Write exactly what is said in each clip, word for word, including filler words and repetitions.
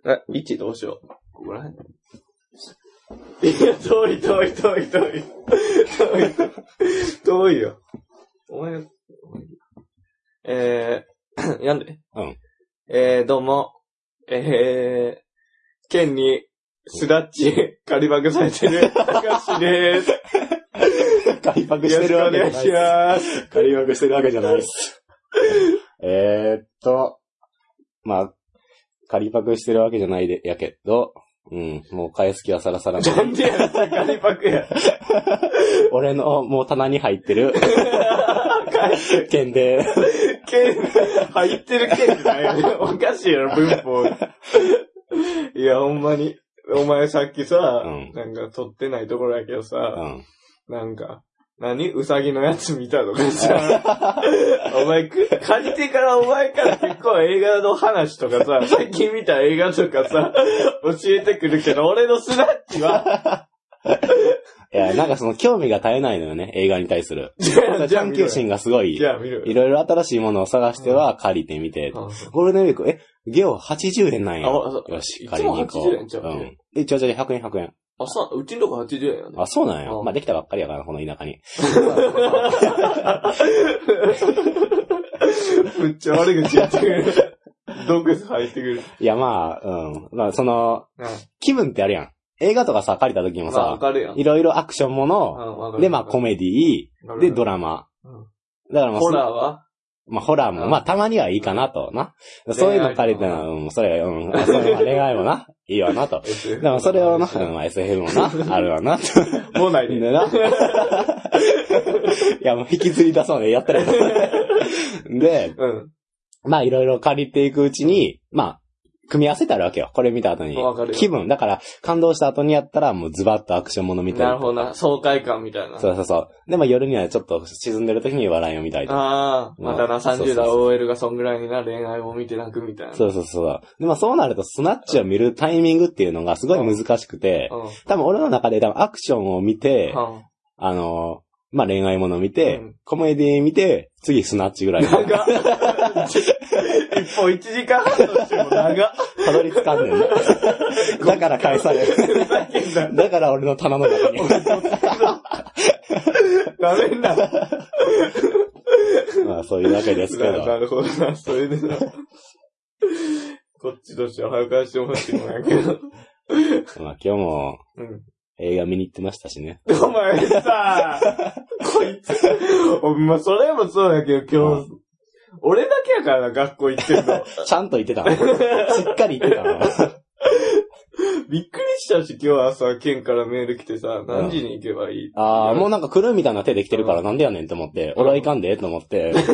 え、位置どうしよう。ここら辺いや、遠い遠い遠い遠い。遠い。遠いよ。お前、えー、やんで。 うん。 えー、どうも。えー、剣に、スラッチ、仮バグされてる、たかしでーす。 仮バグしてるわけじゃないです。 よろしくお願いします。 仮バグしてるわけじゃないです。えーっと、まあ、仮パクしてるわけじゃないで、やけど、うん、もう返す気はさらさらない。 なんでや、仮パクや。 俺のもう棚に入ってる、剣で。 剣、入ってる剣だよ。おかしいやろ、文法。いや、ほんまに。お前さっきさ、うん、なんか撮ってないところやけどさ、うん、なんか、何うさぎのやつ見たとかさ、お前、借りてからお前から結構映画の話とかさ、最近見た映画とかさ、教えてくるけど、俺のスナッチは、 いや、なんかその興味が絶えないのよね、映画に対する。探求心がすごい。いろいろ新しいものを探しては借りてみて。ゴールデンウィーク、え、ゲオはちじゅうえんなんや。よし、借りに行こう。はちじゅうえんちゃう、うん。え、ちょちょ、ひゃくえんひゃくえん。 あ、そう、うちのとこはちじゅうえんやね。 あ、そうなんや。まあ、できたばっかりやから、この田舎に。 めっちゃ悪口言ってくる。毒入ってくる。 いや、まあ、うん。まあ、その、うん、気分ってあるやん。映画とかさ、借りた時もさ、いろいろアクションもの、で、まあ、コメディで、ドラマ。うん、だからまあ、 ホラーはまあ、ホラーも、まあ、たまにはいいかなと、な。そういうの借りてな、うん、それ、うん、それは恋愛もな、いいわなと。でも、それをな、まあ、エスエフ もな、あるわな。 もうないで。 な。いや、もう引きずり出そうね、やったら。で、うん、まあ、いろいろ借りていくうちに、まあ、組み合わせてあるわけよ。これ見た後に。気分。だから、感動した後にやったら、もうズバッとアクションもの見たり。 なるほどな。爽快感みたいな。 そうそうそう。でも夜にはちょっと沈んでる時に笑いを見たりとか。 ああ、またな、さんじゅう代 オーエル がそんぐらいにな、恋愛を見て泣くみたいな。 そうそうそう。でもそうなると、スナッチを見るタイミングっていうのがすごい難しくて、うんうん、多分俺の中で多分アクションを見て、うん、あの、まあ、恋愛もの見て、うん、コメディ見て、次スナッチぐらい。 長っ。一本一時間半としても長っ。 たどり着かんねんね。だから返される。だから俺の棚の中に。 ダメだ。 まあそういうわけですけど。 なるほどな。それでな。こっちとしては早く返してほしいもんやけど。 まあ今日も、うん映画見に行ってましたしね。 お前さ、こいつ、お前それもそうだけど今日、うん、俺だけやからな、学校行ってんの。 ちゃんと行ってたの。しっかり行ってたの。 びっくりしたし、今日朝、県からメール来てさ、何時に行けばいい、 うん、ああ、もうなんか来るみたいな手で来てるからなんでやねんって思って、うん、俺はいかんでと思って。だ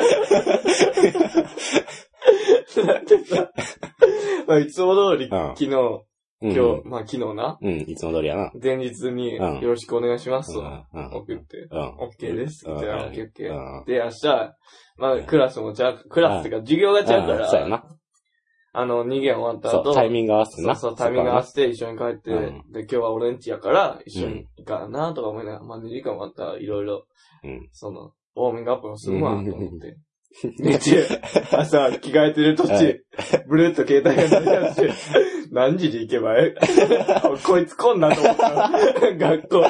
ってさ、まあ、いつも通り、うん、昨日、今日、うん、まあ昨日な。 うん、いつも通りやな。 前日に、よろしくお願いしますと、うん、送って、うん、OK です。じゃあ、OK、OK。で、明日、まあクラスもちゃう、クラスっていうか授業がちゃうから、 そうやな。 あの、に限終わった後、 そうタイミング合わせてな。 そうそう、タイミング合わせて一緒に帰って、うん、で、今日は俺んちやから一緒に行かなとか思いながら、まあにじかん終わったらいろいろ、その、ウォーミングアップもするわ、と思って。寝て、朝着替えてる途中、ブルーっと携帯が鳴り出して、何時に行けばえこいつ来んなと思った。学校。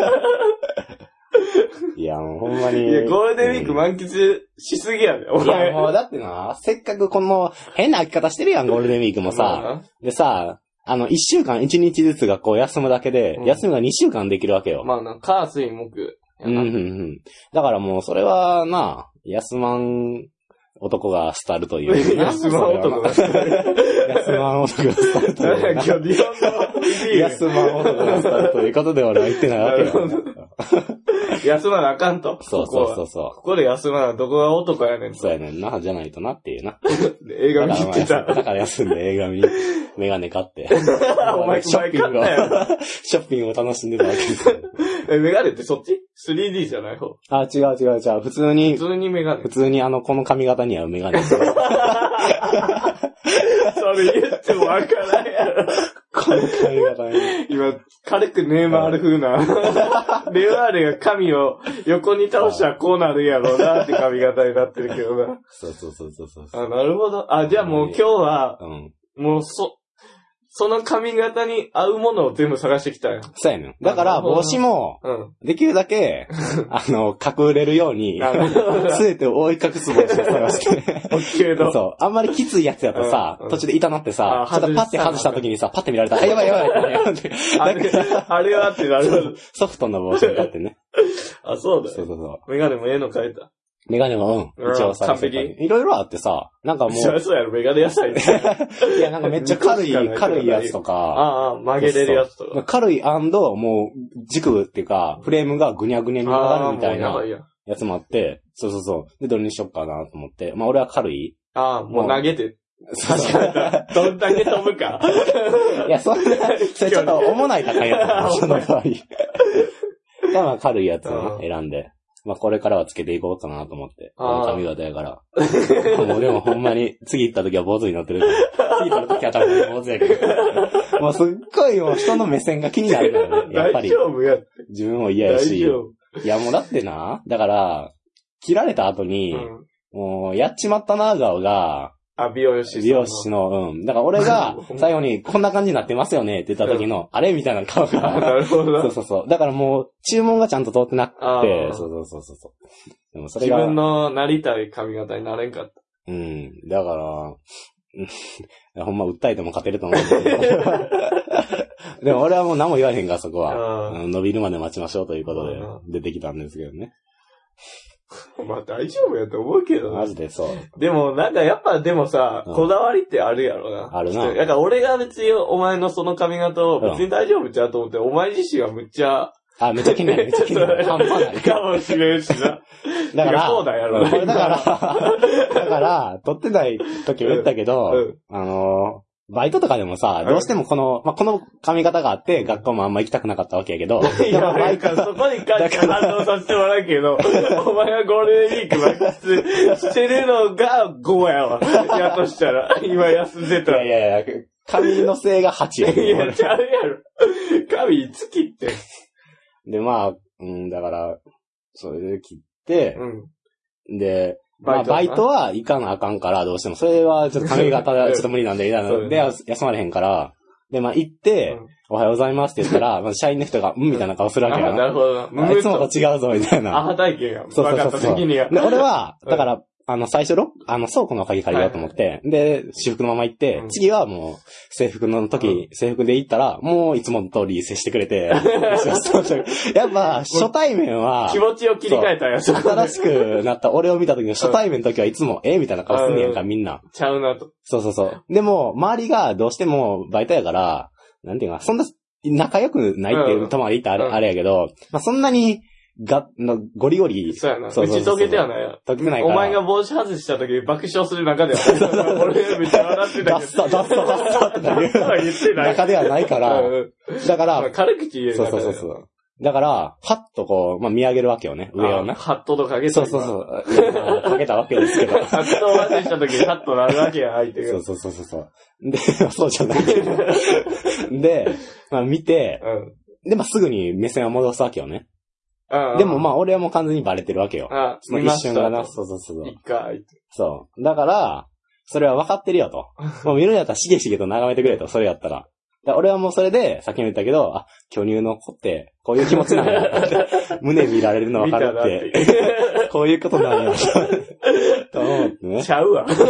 いや、もうほんまに。 いや、ゴールデンウィーク満喫しすぎやで、お前。 いや、もうだってな、せっかくこの変な空き方してるやん、ゴールデンウィークもさ。でさ、あの、一週間一日ずつ学校休むだけで、うん、休みが二週間できるわけよ。 まあな、火水木。 うんうんうん。だからもう、それはな、休まん男がスタルという。 休まん男がスタル。 休まん男がスタルという。 今日、日本の休まん男がスタルということで俺は言ってないわけよ。 休まなあかんと。 そうそうそうそう。 ここで休まなどこが男やねんと。 そうやねんな、じゃないとなっていうな。 映画見に行ってた。 だから休んで映画見に、メガネ買って。 お前、ショッピングを、 ショッピングを楽しんでたわけですよ。 え、メガネってそっち スリーディー じゃない方あ、違う違う違う。普通に。 普通にメガネ。 普通にあの、この髪型に合うメガネ。 それ言ってもわからんやろ。 この髪型に。 今、軽くネイマール風な。ネイマールが髪を横に倒したらこうなるやろうなって髪型になってるけどな。 そうそうそうそうそう。 あ、なるほど。あ、じゃあもう今日は、うん、もうそ、 その髪型に合うものを全部探してきたよ。 そうやねん。だから、帽子も、できるだけ、あの、隠れるように、すべてを覆い隠す帽子を探して。そう。あんまりきついやつやとさ、途中で痛なってさ、ちょっとパッて外した時にさ、パッて見られたら、あ、やばいやばいやばいって。 あれ、あれはってなる。 ソフトな帽子に買ってね。 あ、そうだよ。 そうそうそう。 メガネもええの変えた。 メガネも、うん。一応さ、 完璧。 いろいろあってさ、なんかもう。 そうそうやろ、メガネ野菜。 いや、なんかめっちゃ軽い、軽いやつとか。 ああ、曲げれるやつとか。 軽い&もう、軸っていうか、フレームがぐにゃぐにゃに曲がるみたいなやつもあって、そうそうそう。で、どれにしよっかなと思って。まあ俺は軽い。 ああ、もう投げて。確かに。どんだけ飛ぶか。 いや、そんな、それちょっと重ない高いやつ。その場合。まあ軽いやつを選んで。まあこれからはつけていこうかなと思って。髪型やから。もうでもほんまに、次行った時は坊主になってるから。次行った時は多分坊主やけど。もうすっごいもう人の目線が気になるからね。やっぱり。 大丈夫やって。 自分も嫌やし。大丈夫。いやもうだってな、だから、切られた後に、うん、もうやっちまったな顔が、 あ、美容師。 美容師の、うん。だから俺が最後にこんな感じになってますよねって言った時の、うん、あれみたいな顔が。 なるほど。 そうそうそう。だからもう注文がちゃんと通ってなくて、そうそうそうそう。 でもそれが自分のなりたい髪型になれんかった。 うん。だから、ほんま訴えても勝てると思うんだけど。でも俺はもう何も言わへんからそこは。伸びるまで待ちましょうということで出てきたんですけどね。 まあ大丈夫やと思うけどマジでそう。 でもなんかやっぱでもさ、うん、こだわりってあるやろな。 あるな。 だから俺が別にお前のその髪型を別に大丈夫ちゃうと思って、うん、お前自身はむっちゃ、 あ、めっちゃ気になる、めっちゃ気になる。半端ない。 かもしれんしな。 だから、 そうだやろな。 だから、だから、撮ってない時も言ったけど、うんうん、あのー、バイトとかでもさ、どうしてもこの、まあ、この髪型があって、学校もあんま行きたくなかったわけやけど。 いや、バイトそこに関して反応させてもらうけど、お前はゴールデンウィーク満喫してるのがごやわ。やとしたら、今休んでたら。 いやいやいや、髪のせいがはちや。 いや、ちゃうやろ。髪いつ切って。 で、まあ、うん、だから、それで切って、うん、で、まあ、バイトは行かなあかんから、どうしても。それは、ちょっと髪型がちょっと無理なんで、で、休まれへんから。で、まあ、行って、うん、おはようございますって言ったら、まあ、社員の人が、うんみたいな顔するわけやな。 なるほど。 あいつもと違うぞ、みたいな。 アハ体験や。 そうそうそうそう。 時には。 で、俺は、だから、あの、最初ロあの、倉庫の鍵借りようと思って、はい、で、私服のまま行って、うん、次はもう、制服の時、うん、制服で行ったら、もういつもの通り接してくれて、やっぱ、初対面は、 気持ちを切り替えたやつ。 新しくなった俺を見た時の初対面の時はいつも、えみたいな顔すんねやんか、みんな。 ちゃうなと。 そうそうそう。でも、周りがどうしてもバイトやから、なんていうか、そんな、仲良くないっていうとまで言ったらあれ、うん、あれやけど、まあ、そんなに、が、の、ゴリゴリ。 そうやな。そうそうそうそう。打ち解けてはないよ。 解けてないから。 お前が帽子外した時爆笑する中では、俺めっちゃ笑ってたけど。 ダッサ、ダッサ、ダッサって言ってない。中ではないから。だから、 軽口言える。 そうそうそうそう。だから、パッとこう、まあ、見上げるわけよね。上をな。 ハットとかけた。 そうそうそう。かけたわけですけど。 ハットを外した時にハットなるわけや、相手が。 そうそうそうそう。で、そうじゃないけど。で、まあ見て、うん、で、まあすぐに目線を戻すわけよね。でもまあ俺はもう完全にバレてるわけよ。 ああその一瞬がな。そうそうそう。 一回。 そう。だから、それは分かってるよと。もう見るんやったらしげしげと眺めてくれと、それやったら。だ俺はもうそれで、さっきも言ったけど、あ、巨乳の子って、こういう気持ちなんや。胸見られるの分かるって。こういうことなんや。と思ってね。 ちゃうわ。 恥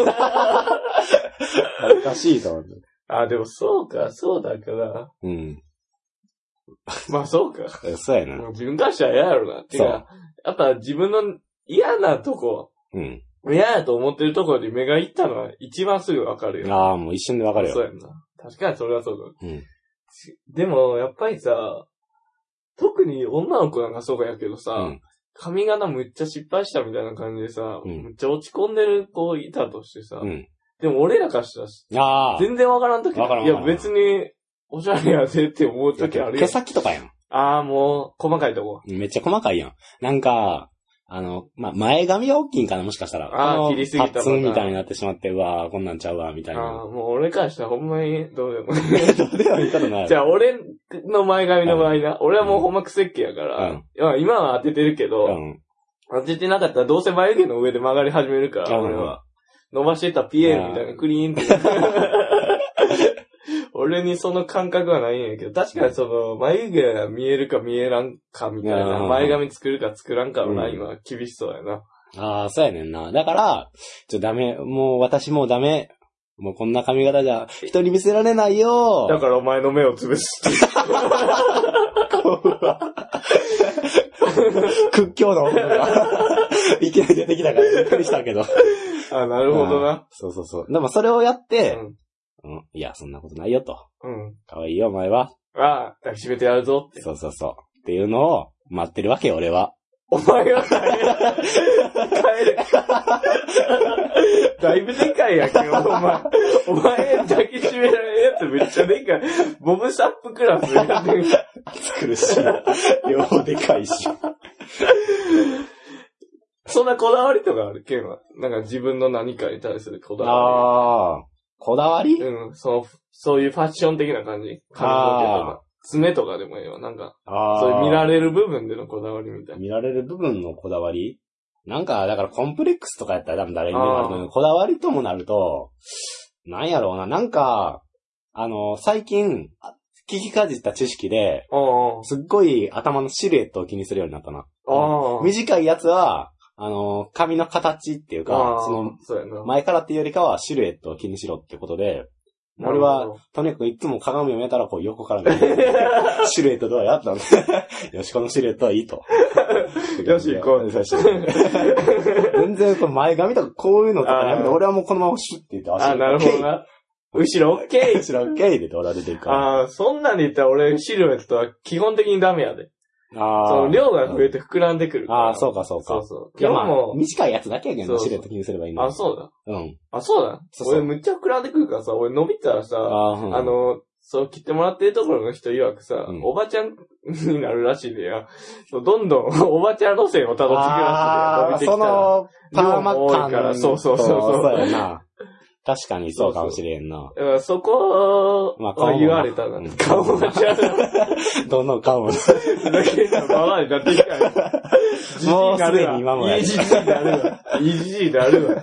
ずかしいと思って。 あ、でもそうか、そうだから。 うん。 まあそうか。 そうやな。 自分からしたら嫌やろな。てか、やっぱ自分の嫌なとこ、うん。嫌やと思ってるところに目がいったのは一番すぐわかるよ。 ああ、もう一瞬でわかるよ。 そうやんな。確かにそれはそうだ。うん。でも、やっぱりさ、特に女の子なんかそうやけどさ、うん、髪型むっちゃ失敗したみたいな感じでさ、うん、むっちゃ落ち込んでる子いたとしてさ、うん、でも俺らからしたら、全然わからんとき、いや別に、おしゃれやぜって思うときあるよ。 毛先とかやん。 ああ、もう、細かいとこ。 めっちゃ細かいやん。なんか、あの、ま、前髪が大きいんかな、もしかしたら。 ああ、切りすぎた。 パッツンみたいになってしまって、うわーこんなんちゃうわ、みたいな。 ああ、もう俺からしたらほんまに、どうでもいい。 どうでもいいことない。 じゃあ俺の前髪の場合な、うん、俺はもうほんまくせっけやから、うん、今は当ててるけど、うん、当ててなかったらどうせ眉毛の上で曲がり始めるから、うん、俺は。伸ばしてたピエールみたいなクリーンって。 俺にその感覚はないんやけど、確かにその、眉毛が見えるか見えらんかみたいな、前髪作るか作らんかのラインは厳しそうやな。 ああ、そうやねんな。だから、ちょ、ダメ、もう私もうダメ。もうこんな髪型じゃ、人に見せられないよ。 だからお前の目を潰すって。 屈強な男が、いきなり出てきたからびっくりしたけど。 あ、なるほどな。 そうそうそう。でもそれをやって、うん、うん、いや、そんなことないよと。うん。可愛いよ、お前は。 ああ、抱きしめてやるぞって。 そうそうそう。っていうのを待ってるわけよ、俺は。 お前が帰れ。帰れ。だいぶでかいやんけど、お前。お前抱きしめられるやつめっちゃでかい。ボブサップクラスやってる。 苦しい。両でかいし。 そんなこだわりとかあるけんは。なんか自分の何かに対するこだわり。 ああ。こだわり？ うん。そう、そういうファッション的な感じ。髪の毛とか。爪とかでもいいわ。なんか、そういう見られる部分でのこだわりみたいな。 見られる部分のこだわり？なんか、だからコンプレックスとかやったら多分誰にでもあると思う。こだわりともなると、なんやろうな。なんか、あの、最近、聞きかじった知識で、すっごい頭のシルエットを気にするようになったな。短いやつは、あの、髪の形っていうか、その、前からっていうよりかはシルエットを気にしろってことで、俺は、とにかくいつも鏡を見たらこう横から見て、シルエットどうやったんで、よし、このシルエットはいいと。 よし、行こう。 全然この前髪とかこういうのとかやめて、俺はもうこのままシュッて言って、 あ、なるほどな。後ろ OK? 後ろ OK でって俺は出てるから。 ああ、そんなんで言ったら俺シルエットは基本的にダメやで。ああ。その量が増えて膨らんでくるから。 ああ、そうかそうか。そうそう。いやまあ、短いやつだけやけど、シルエット気にすればいいの。 あ、そうだ。 うん。 あ、そうだ。俺めっちゃ膨らんでくるからさ、俺伸びたらさ、あの、そう、切ってもらってるところの人曰くさ、うん、おばちゃんになるらしいでや。どんどんおばちゃん路線を辿っていくらしいで。伸びてきたら。 その、パーマ感から。そうそうそうそう。 そうやな。確かにそうかもしれんな。 だからそこは言われたな。顔もちゃう。 どんどん顔も。 だけど、ままになってきたよ。 もうすでに今もやる。 いいじじいになるわ。いいじじいになるわ。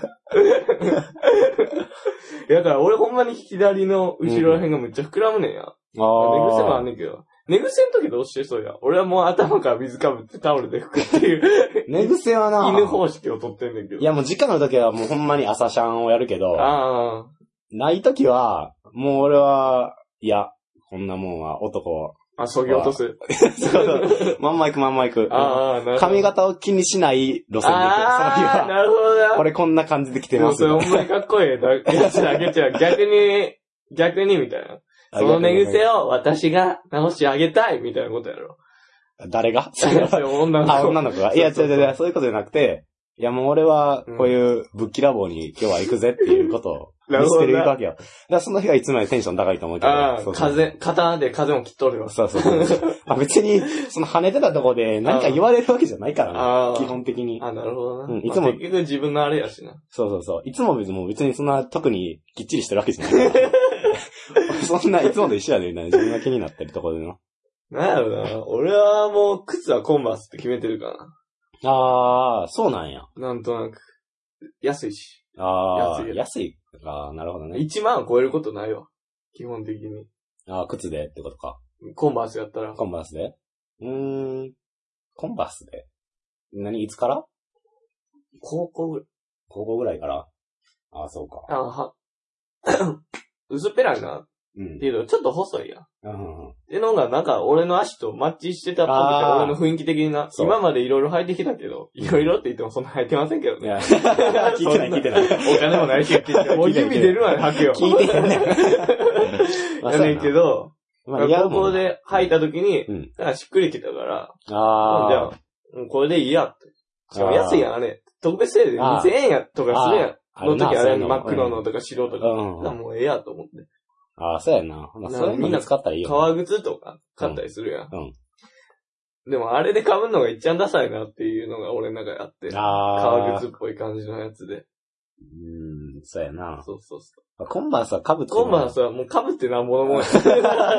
だから俺ほんまに左の後ろら辺がめっちゃ膨らむねんや。ああ。寝癖もあんねんけど。寝癖の時どうしてそうや。俺はもう頭から水かぶってタオルで拭くっていう。 寝癖はな。 犬方式をとってんねんけど。 いやもう時間の時はもうほんまに朝シャンをやるけど。ああ。ない時は、もう俺は、いや、こんなもんは男。 あ、そぎ落とす。 そうそう。まんま行くまんま行く。ああ、なるほど。髪型を気にしない路線で行く。 ああ、なるほどな。 俺こんな感じで来てます。 そう、ほんまにかっこいいやつだけちゃう。逆に、逆にみたいな。その寝癖を私が直してあげたいみたいなことやろ。 誰が女の子。 あ、女の子が。いや、違う違う、そういうことじゃなくて、いやもう俺は、こういうぶっきらぼうに今日は行くぜっていうことを見せてるわけよ。だからその日はいつもよりテンション高いと思うけど。 ああ、風、肩で風も切っとるよ。 そうそうそう。まあ別に、その跳ねてたとこで何か言われるわけじゃないからな。基本的に。 あ、なるほどな。 うん、いつも。 結局自分のあれやしな。 そうそうそう。いつも別に別にそんな特にきっちりしてるわけじゃないから。そんないつもと一緒やでみたいな自分が気になってるところでな。 なんやろな。俺はもう靴はコンバースって決めてるからな。 ああ、そうなんや。 なんとなく。安いし。 ああ、安い。安い。ああ、なるほどね。 いちまん超えることないわ。基本的に。 ああ、靴でってことか。 コンバースやったら。 コンバースでうーん。コンバースで何いつから高校ぐらい。 高校ぐらいから。ああ、そうか。 ああ、は。薄っぺらいな。うん。っていうのちょっと細いや。うん。ってのがなんか俺の足とマッチしてたっぽくて、俺の雰囲気的にな。今までいろいろ履いてきたけど、いろいろって言ってもそんな履いてませんけどね。 聞いてない聞いてない。 お金もないし、もう指出るまで履くよ。 聞いてない。 やねんけど、高校で履いた時に、なんかしっくりきたから、ああ。じゃあ、これでいいやって。しかも安いやん、あれ。特別セールでにせんえんやとかするやん。の時あれ、真っ黒のとか白とか。もうええやと思って。 ああ、そうやな。まあ、そういうのに使ったらいいよ。 革靴とか買ったりするやん。うん。でもあれで被るのが一番ダサいなっていうのが俺の中であって。ああ。革靴っぽい感じのやつで。 うーん、そうやな。 そうそうそう。 コンバースは被ってコンバースはもう被ってなんぼのもんや。被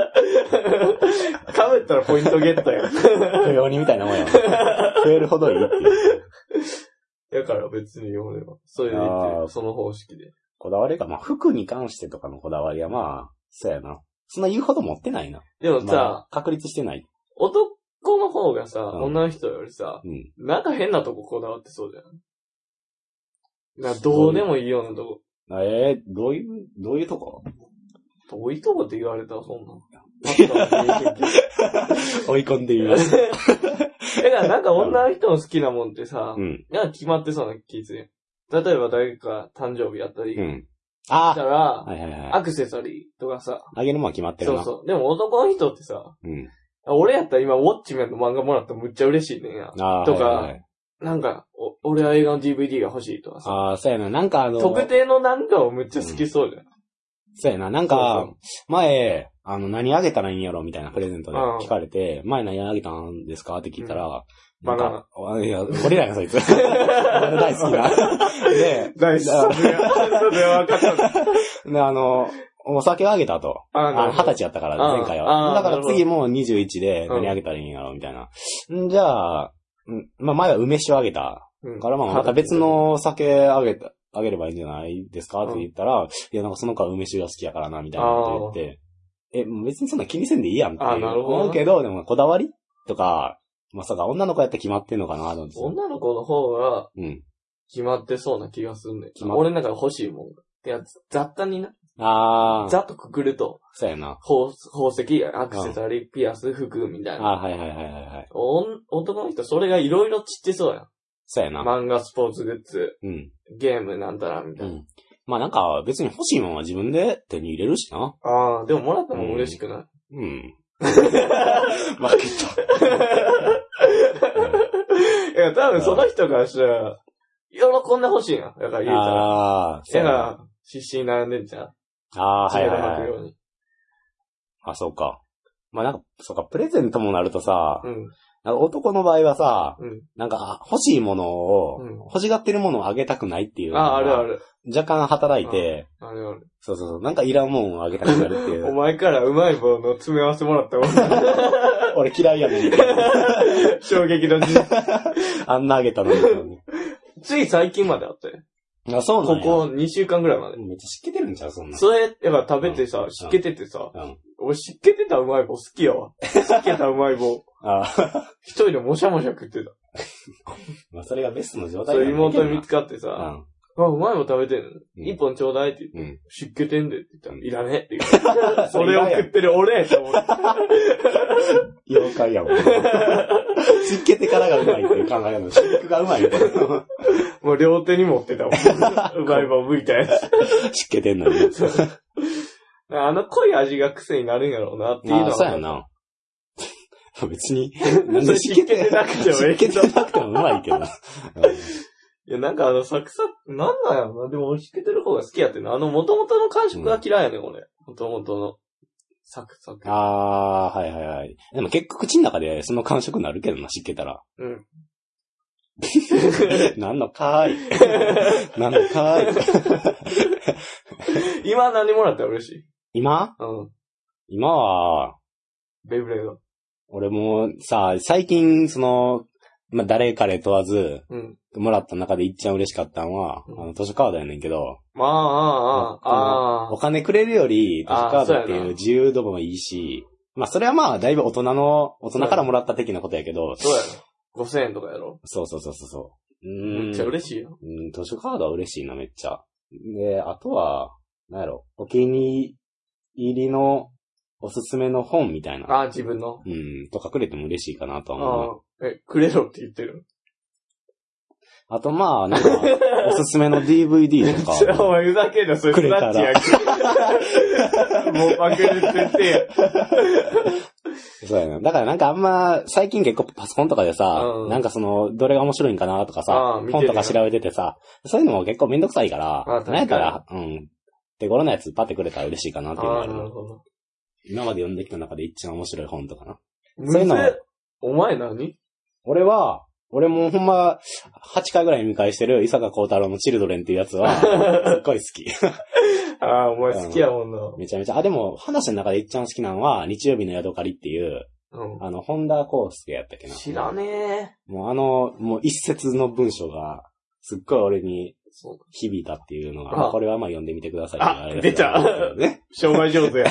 ったらポイントゲットや。 不要にみたいなもんや。増えるほどいいっていう。 だから別に俺は。それで言ってる。その方式で。 こだわりが、まあ、服に関してとかのこだわりはまあ、そうやな。 そんな言うほど持ってないな。 でもさ、まあ、確立してない。 男の方がさ、うん、女の人よりさ、うん、なんか変なとここだわってそうじゃん。なんかどうでもいいようなとこ。 えー、どういう、どういうとこどういうとこって言われたらそんな。 追い込んでみます。 え、なんか女の人の好きなもんってさ、うん、なんか決まってそうな気する。例えば誰か誕生日やったり、うん、ああ。したら、はいはいはい、アクセサリーとかさ。 あげるもんは決まってるな。 そうそう。でも男の人ってさ、うん、俺やったら今ウォッチメンの漫画もらったらむっちゃ嬉しいねんや。あとか、はいはいはい、なんか、俺は映画の ディーブイディー が欲しいとかさ。 ああ、そうやな。なんかあの、 特定のなんかをむっちゃ好きそうじゃん。 そうやな。なんか、そうそう前、あの、何あげたらいいんやろみたいなプレゼントで聞かれて、うん、前何あげたんですかって聞いたら、うん、なんか、いや、俺らやそいつ。大好きな。で、 大好きな。それは分かった。 で、あの、お酒をあげたと。あ、二十歳やったから、前回は。だから次もうにじゅういちで何あげたらいいんやろみたいな。んじゃあ、まあ前は梅酒をあげた。からまあまた別のお酒あげた。あげればいいんじゃないですかって言ったら、うん、いやなんかその子は梅酒が好きやからな、みたいなこと言って、え、別にそんな気にせんでいいやんって思うけど、でもこだわりとか、まさか女の子やって決まってんのかなと思って。 女の子の方が、決まってそうな気がするね。うん、俺なんか欲しいもん。いや、雑多にな。ああ。ざっとくくると。 そうやな。 宝、宝石、アクセサリー、うん、ピアス、服みたいな。 あはいはいはいはいはい。 男の人それがいろいろ散ってそうやん。 そうやな。 漫画、スポーツグッズ、うん、ゲームなんたらみたいな。うん。 まあなんか別に欲しいものは自分で手に入れるしな。 ああ、でももらったも嬉しくない？ うん。うん、負けた。 いや、多分その人からしたら、喜んで欲しいな。だから言うたら。ああ、そうやな。必死に並んでんじゃん。ああ、はいはいはい。ようにあ、そうか。まあなんか、そうか、プレゼントもなるとさ、うん。なんか男の場合はさ、うん、なんか欲しいものを、うん、欲しがってるものをあげたくないっていうのが。 あ、あるある。 若干働いて、 あるある。 そうそうそう、なんかいらんもんをあげたくなるっていう。 お前からうまい棒の詰め合わせもらったもん。 俺嫌いやねん。 衝撃の事実。 あんなあげたのに。 つい最近まであったよ。 あ、そうなんや。 ここにしゅうかんぐらいまで。 めっちゃ湿気てるんちゃうそんな。 それ、やっぱ食べてさ、うん、湿気ててさ、うん、俺湿気てたうまい棒好きやわ。湿気たうまい棒。ああ一人でもしゃもしゃ食ってた。 まあそれがベストの状態だね。そう、妹に見つかってさ、うん、あ、うまい棒食べてんの、うん、一本ちょうだいって言って、うん、湿気てんでって言ったら、いらねえって言って。それを食ってる俺って思って。 妖怪やもん。湿気てからがうまいっていう考えの、湿気がうまいみたいな。 もう両手に持ってたもん。うまい棒向いたやつ。 湿気てんのに。 あの濃い味が癖になるんやろうなっていうのは。 あ、そうやな。別に、 なんで湿気てなくてもいいけど。 湿気てなくてもうまいけど。いや、なんかあの、サクサク、なんなんやろな。でも、湿気てる方が好きやってんな。あの、元々の感触が嫌いやねん、俺。元々の。サクサク。 あー、はいはいはい。でも結構口の中でその感触になるけどな、湿気たら。うん。なんのかーい。なんのかーい。今何もらったら嬉しい？ 今？うん。今は、 ベイブレード。 俺もさ、最近、その、まあ、誰彼問わず、うん、もらった中で一番嬉しかったのは、うん、あの、図書カードやねんけど、 ああ、ああ、ああ。 お金くれるより、図書カードっていう自由度もいいし、まあ、それはまあ、だいぶ大人の、大人からもらった的なことやけど、 そうやな。ごせんえんとかやろ？ そうそうそうそう。 うんめっちゃ嬉しいよ。 うん、図書カードは嬉しいな、めっちゃ。で、あとは、なんやろ、お気に入りのおすすめの本みたいな。 ああ、自分の。 うん、とかくれても嬉しいかなとは思う。 ああ、え、くれろって言ってる。 あとまあ、なんか、おすすめの ディーブイディー とか。 お前ふざけんな、それフラッチやん。もうパクるって言ってや。 そうやな。だからなんかあんま、最近結構パソコンとかでさ、うん、なんかその、どれが面白いんかなとかさ、本とか調べててさ、そういうのも結構めんどくさいから、なんやったら、うん、手頃なやつパってくれたら嬉しいかなっていうのがある。なるほど。今まで読んできた中で一番面白い本とかな。 そういうの。お前何？ 俺は、俺もほんま、はちかいぐらい見返してる伊坂幸太郎のチルドレンっていうやつは、すっごい好き。 ああ、お前好きやもんな。 めちゃめちゃ。あ、でも、話の中で一番好きなのは、日曜日のヤドカリっていう、うん、あの、本田康介やったっけな。 知らねえ。 もうあの、もう一節の文章が、すっごい俺に響いたっていうのが、これはまあ読んでみてください。 あ、出たね。商売上手や。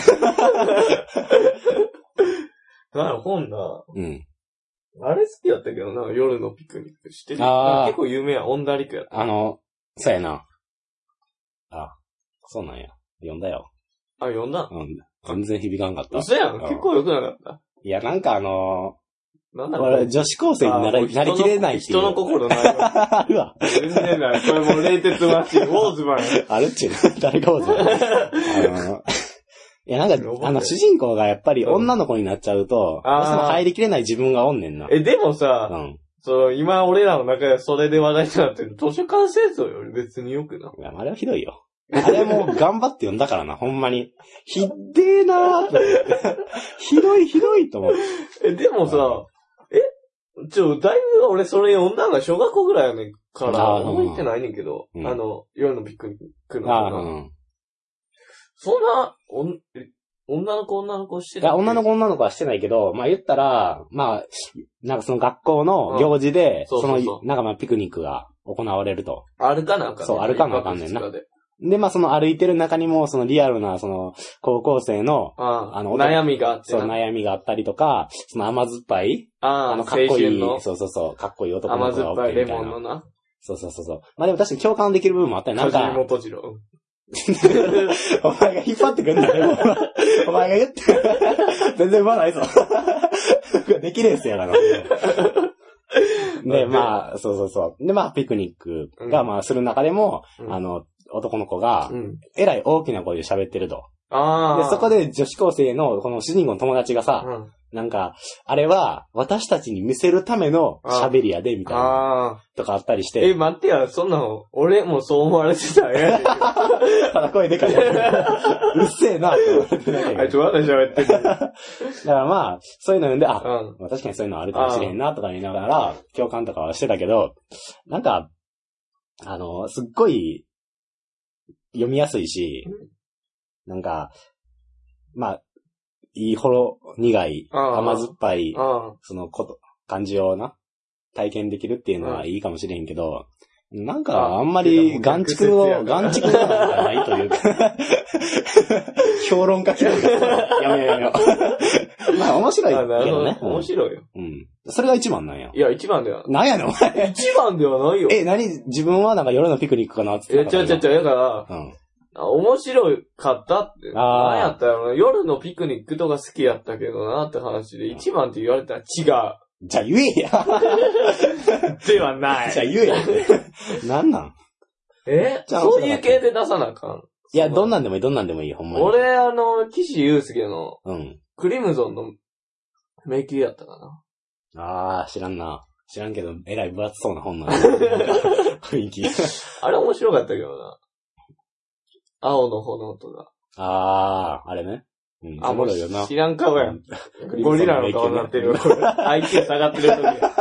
なる本な。うん。あれ好きやったけどな、夜のピクニックしてる。ああ。結構有名や、オンダリクやった。 あの、そうやな。あ、そうなんや。読んだよ。 あ、読んだ？ うん。全然響かんかった。 嘘やん、結構良くなかった。 いや、なんかあのー、なんだろう。女子高生になり、なりきれないっていう。 人の心ないわ。あるわ。全然ない。これもう冷徹マシン、ウォーズマン。 あるっちゅうの誰がウォーズマンあの、いや、なんか、あの、主人公がやっぱり女の子になっちゃうと、どうしても入りきれない自分がおんねんな。 え、でもさ、うん。そう、今俺らの中でそれで話題になってる図書館戦争より別によくな。 いや、あれはひどいよ。あれも頑張って読んだからな、ほんまに。ひっでーなーと思って。ひどいひどいと思って。 え、でもさ、えちょ、だいぶ俺それ読んだのが小学校ぐらいやねんから、覚えてないねんけど、うん、あの、夜のピクニックの。あ、うん。そんな、おん、女の子女の子してた？いや、女の子女の子はしてないけど、まあ言ったら、まあ、なんかその学校の行事で、うん、そうそうそう、その、なんかまあピクニックが行われると。 歩かなあかんねん。 そう、歩かなあかんねんな。で、まあその歩いてる中にも、そのリアルな、その、高校生の、 ああの、悩みがあって。 そう、悩みがあったりとか、その甘酸っぱい、 ああ、 の、かっこいい、そうそうそう、かっこいい男の子がおってみたいな。甘酸っぱいレモンのな。そうそうそうそう。まあでも確かに共感できる部分もあったり、なんか。 梶本次郎。 お前が引っ張ってくんだよ。お前が言って。全然うまないぞ。できれんすやから。で、まあ、そうそうそう。で、まあ、ピクニックが、まあ、する中でも、うん、あの、男の子が、えらい大きな声で喋ってると。 あで、そこで女子高生の、この主人公の友達がさ、うん、なんか、あれは、私たちに見せるための喋りやで、みたいな。とかあったりして。 え、待ってや、そんなの、俺もそう思われてたやん。 ただ声でかい。うっせえな、って思ってたけど。 あいつまだ喋ってる。だからまあ、そういうの読んで、あ、うん、確かにそういうのあるかもしれへんな、とか言いながら、共感とかはしてたけど、なんか、あの、すっごい、読みやすいし、なんか、まあ、いいほろ苦い、甘酸っぱい、そのこと、感じをな、体験できるっていうのはいいかもしれんけど、なんかあんまり眼蓄の、眼蓄がないというか、評論家気分がやめようやめよう。まあ面白いけどね。 面白いよ。 うん。それが一番なんや。 いや、一番では。 なんやねん、お前。 一番ではないよ。 え、何自分はなんか夜のピクニックかなって言ってた。いや、違う違う違う。だから、うん。面白かったって。何やったら夜のピクニックとか好きやったけどなって話で、一番って言われたら違う。 じゃあ言えや。 ではない。 じゃあ言えや。なんなんえそういう系で出さなあかん。 いや、どんなんでもいい、どんなんでもいい、ほんまに。 俺、あの、岸優介の、うん。クリムゾンの迷宮やったかな。あー、知らんな。知らんけど、えらい分厚そうな本なんだ。雰囲気。 あれ面白かったけどな。青の炎とか。 あー、あれね。うん、 あ、もう知らん顔やん。ゴリラの顔になってる。アイキュー 下がってる時。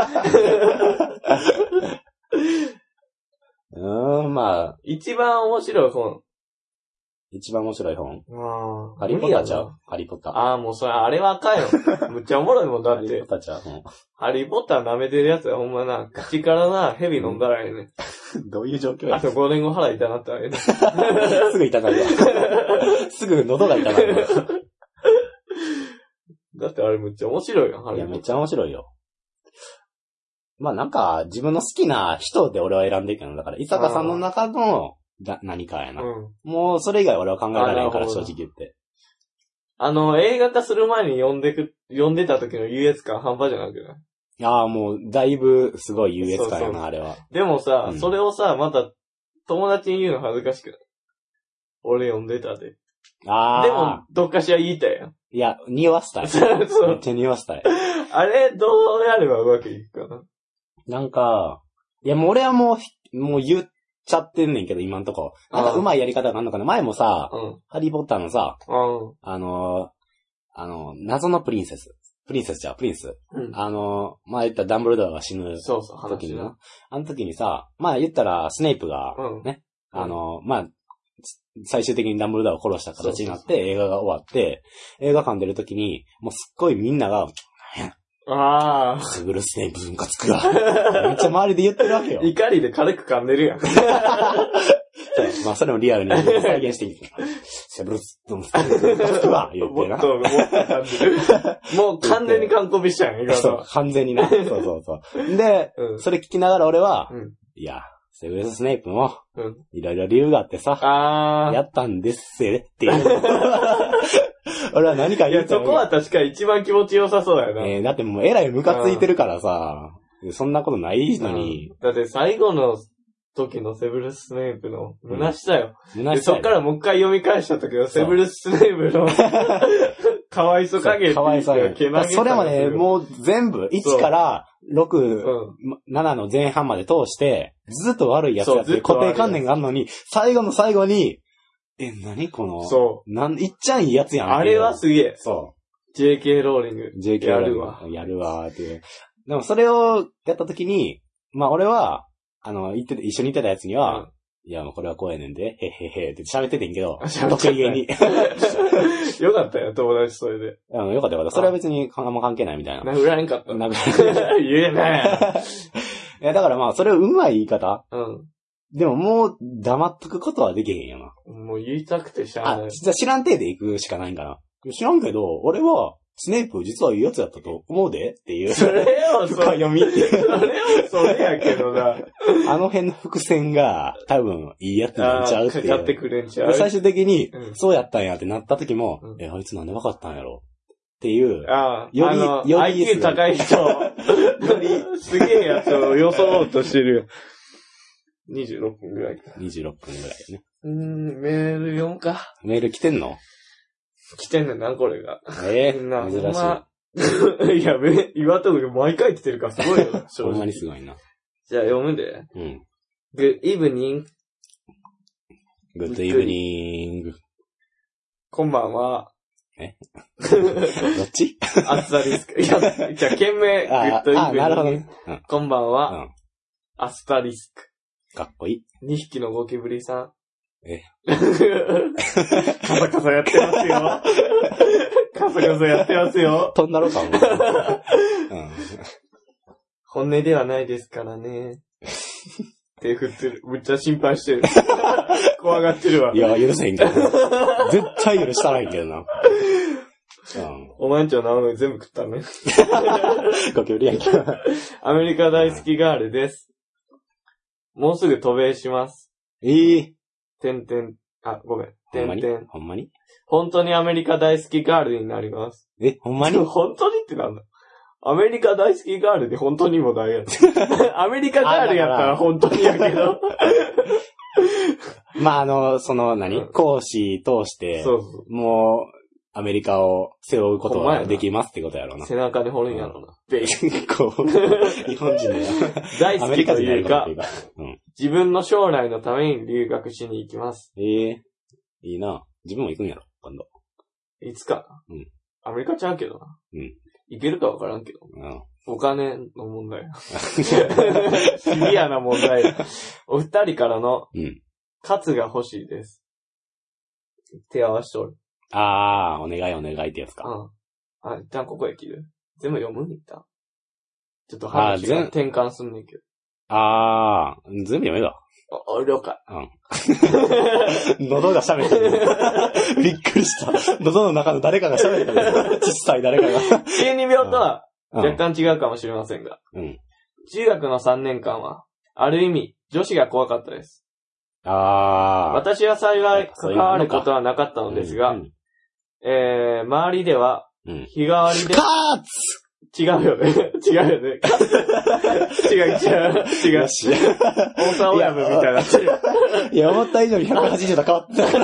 うーん、まあ。 一番面白い本。 一番面白い本あハリーポッターちゃうハリーポッター。 ああ、もうそれ、あれはあかんよ。むっちゃおもろいもんだって。 ハリーポッターちゃう、うん、 ハリーポッター舐めてるやつはほんまな、口からな、蛇飲んだらええね。 どういう状況やあとごねんご腹痛なったらええね。 すぐ痛なるわ。すぐ喉が痛なるわ。 だってあれむっちゃ面白いよ、ハリーポッター。 いや、めっちゃ面白いよ。まあなんか、自分の好きな人で俺は選んでいくのだから、伊坂さんの中の、だ、何かやな、うん。もう、それ以外俺は考えられないから、正直言って。 あの、映画化する前に読んでく、読んでた時の優越感半端じゃなくない？ ああ、もう、だいぶ、すごい優越感やな、そうそうあれは。 でもさ、うん、それをさ、また、友達に言うの恥ずかしくない？俺読んでたで。ああ。でも、どっかしら言いたいやん。 いや、匂わせたい。そうそう。めっちゃ匂わせたい。 あれ、どうやればうまくいくかな？ なんか、いや、もう俺はもう、もう言っちゃってんねんけど、今んとこ。なんか上手いやり方があんのかな。前もさ、うん、ハリーポッターのさ、うん、あの、あの、謎のプリンセス。プリンセスじゃん、プリンス。うん、あの、まあ言ったらダンブルドアが死ぬ時にな。あの時にさ、まあ言ったらスネイプがね、うん、あの、まあ、最終的にダンブルドアを殺した形になって映画が終わって、映画館出る時に、もうすっごいみんなが、 ああ。 セブルスネープムカつくわ。めっちゃ周りで言ってるわけよ。 怒りで軽く噛んでるやん。 まあ、それもリアルに再現していい。セブルスネープムカつくわ、言ってな。もっと、もっと噛んでる。もう完全に完コピしたんや、 そう、完全にな。そうそうそう。で、うん、それ聞きながら俺は、うん、いや、セブルスネープも、いろいろ理由があってさ、うん、やったんですぜ、っていう。俺は何か言うと。 いや、そこは確か一番気持ちよさそうやな。 えー、だってもうえらいムカついてるからさ、そんなことないのに。 だって最後の時のセブルス・スネープの虚しさよ。虚しさ。で、そっからもう一回読み返した時のセブルス・スネープのかわいそ加減。 かわいそうや。それもね、もう全部、いちからろく、うん、ななの前半まで通して、ずっと悪いやつやって固定観念があるのに、最後の最後に、え、なにこの、そう。なん、いっちゃんいいやつやん。 あれはすげえ。 そう。 ジェーケー ローリング。 ジェーケー ローリング。やるわ。やるわ、っていう。でもそれをやった時に、まあ俺は、あの、言って、一緒に行ってたやつには、うん、いや、もうこれはこうやねんで、へへへって喋っててんけど、得意げに。 よかったよ、友達それで。 あのよかったよかった。それは別にあんま関係ないみたいな。 殴られんかった。殴られん。言えない。 いや、だからまあ、それをうまい言い方。うん。でももう黙っとくことはできへんよな。 もう言いたくてしゃあない。 あ、じゃあ知らん体で行くしかないんかな。知らんけど、俺は、スネープ実はいいやつやったと思うでっていう。 それを、 深読みっていう。 それを、それやけどな。 あの辺の伏線が多分いいやつなんちゃうっていう。 かかってくれんちゃう。 最終的に、うん、そうやったんやってなった時も、うん、え、あいつなんでわかったんやろっていう。 ああ、より、より アイキュー 高い人、よりすげえやつを装おうとしてる。にじゅうろっぷんぐらいか。 にじゅうろっぷんぐらいね。 うーん、メール読むか。 メール来てんの？ 来てんねんな、これが。 ええー、珍しい。 まあ、いや、め、岩戸が毎回来てるからすごいよ。 ほんまにすごいな。 じゃあ読むで。うん。Good evening. Good evening. こんばんは。 えどっちアスタリスク。いや、じゃあ、件名、Good evening. あ、なるほどね。 うん、こんばんは。うん、アスタリスク。 かっこいい。 にひきのゴキブリさん。 え。 カサカサやってますよ。カサカサやってますよ。 飛んだろか、うん、 本音ではないですからね。手振ってる。むっちゃ心配してる。怖がってるわ。 いや、許せへんけど。絶対許したらへんけどな。うん、 お前んちの名前全部食ったね。 ゴキブリやんけ。 アメリカ大好きガールです。もうすぐ渡米します。 ええー。 てんてん、あ、ごめん。 てんてん。ほんまに本当にアメリカ大好きガールになります。 え、ほんまに本当にってなんだアメリカ大好きガールで本当にも大やつ。アメリカガールやったら本当にやけど。 まあ、あの、その何、うん、講師通して、そうそう、もう、アメリカを背負うことができますってことやろうな。 背中で掘るんやろうな。で、 こう、日本人で大好きというか、うん、自分の将来のために留学しに行きます。 ええー、いいな。自分も行くんやろ、今度。 いつか。うん。アメリカちゃうけどな。うん。行けるかわからんけど。うん。お金の問題。シビアな問題。お二人からの、うん。カツが欲しいです。手合わしとる。 あー、お願いお願いってやつか。 うん。あ、一旦ここへ切る。全部読む一旦。ちょっと話が転換すんねんけど。 あー、全部読めば。 あ、了解。 うん。喉が喋ってる。びっくりした。喉の中の誰かが喋ってる。小さい誰かが。 中二病とは若干違うかもしれませんが。うん。中学のさんねんかんは、ある意味、女子が怖かったです。 あー。 私は幸い関わることはなかったのですが、うんうん、えー、周りでは、日替わりで、 カーツ違うよね。違うよね。違う違う。違うし。大沢親分みたいなってる。 いや、思った以上にひゃくはちじゅうど変わったから、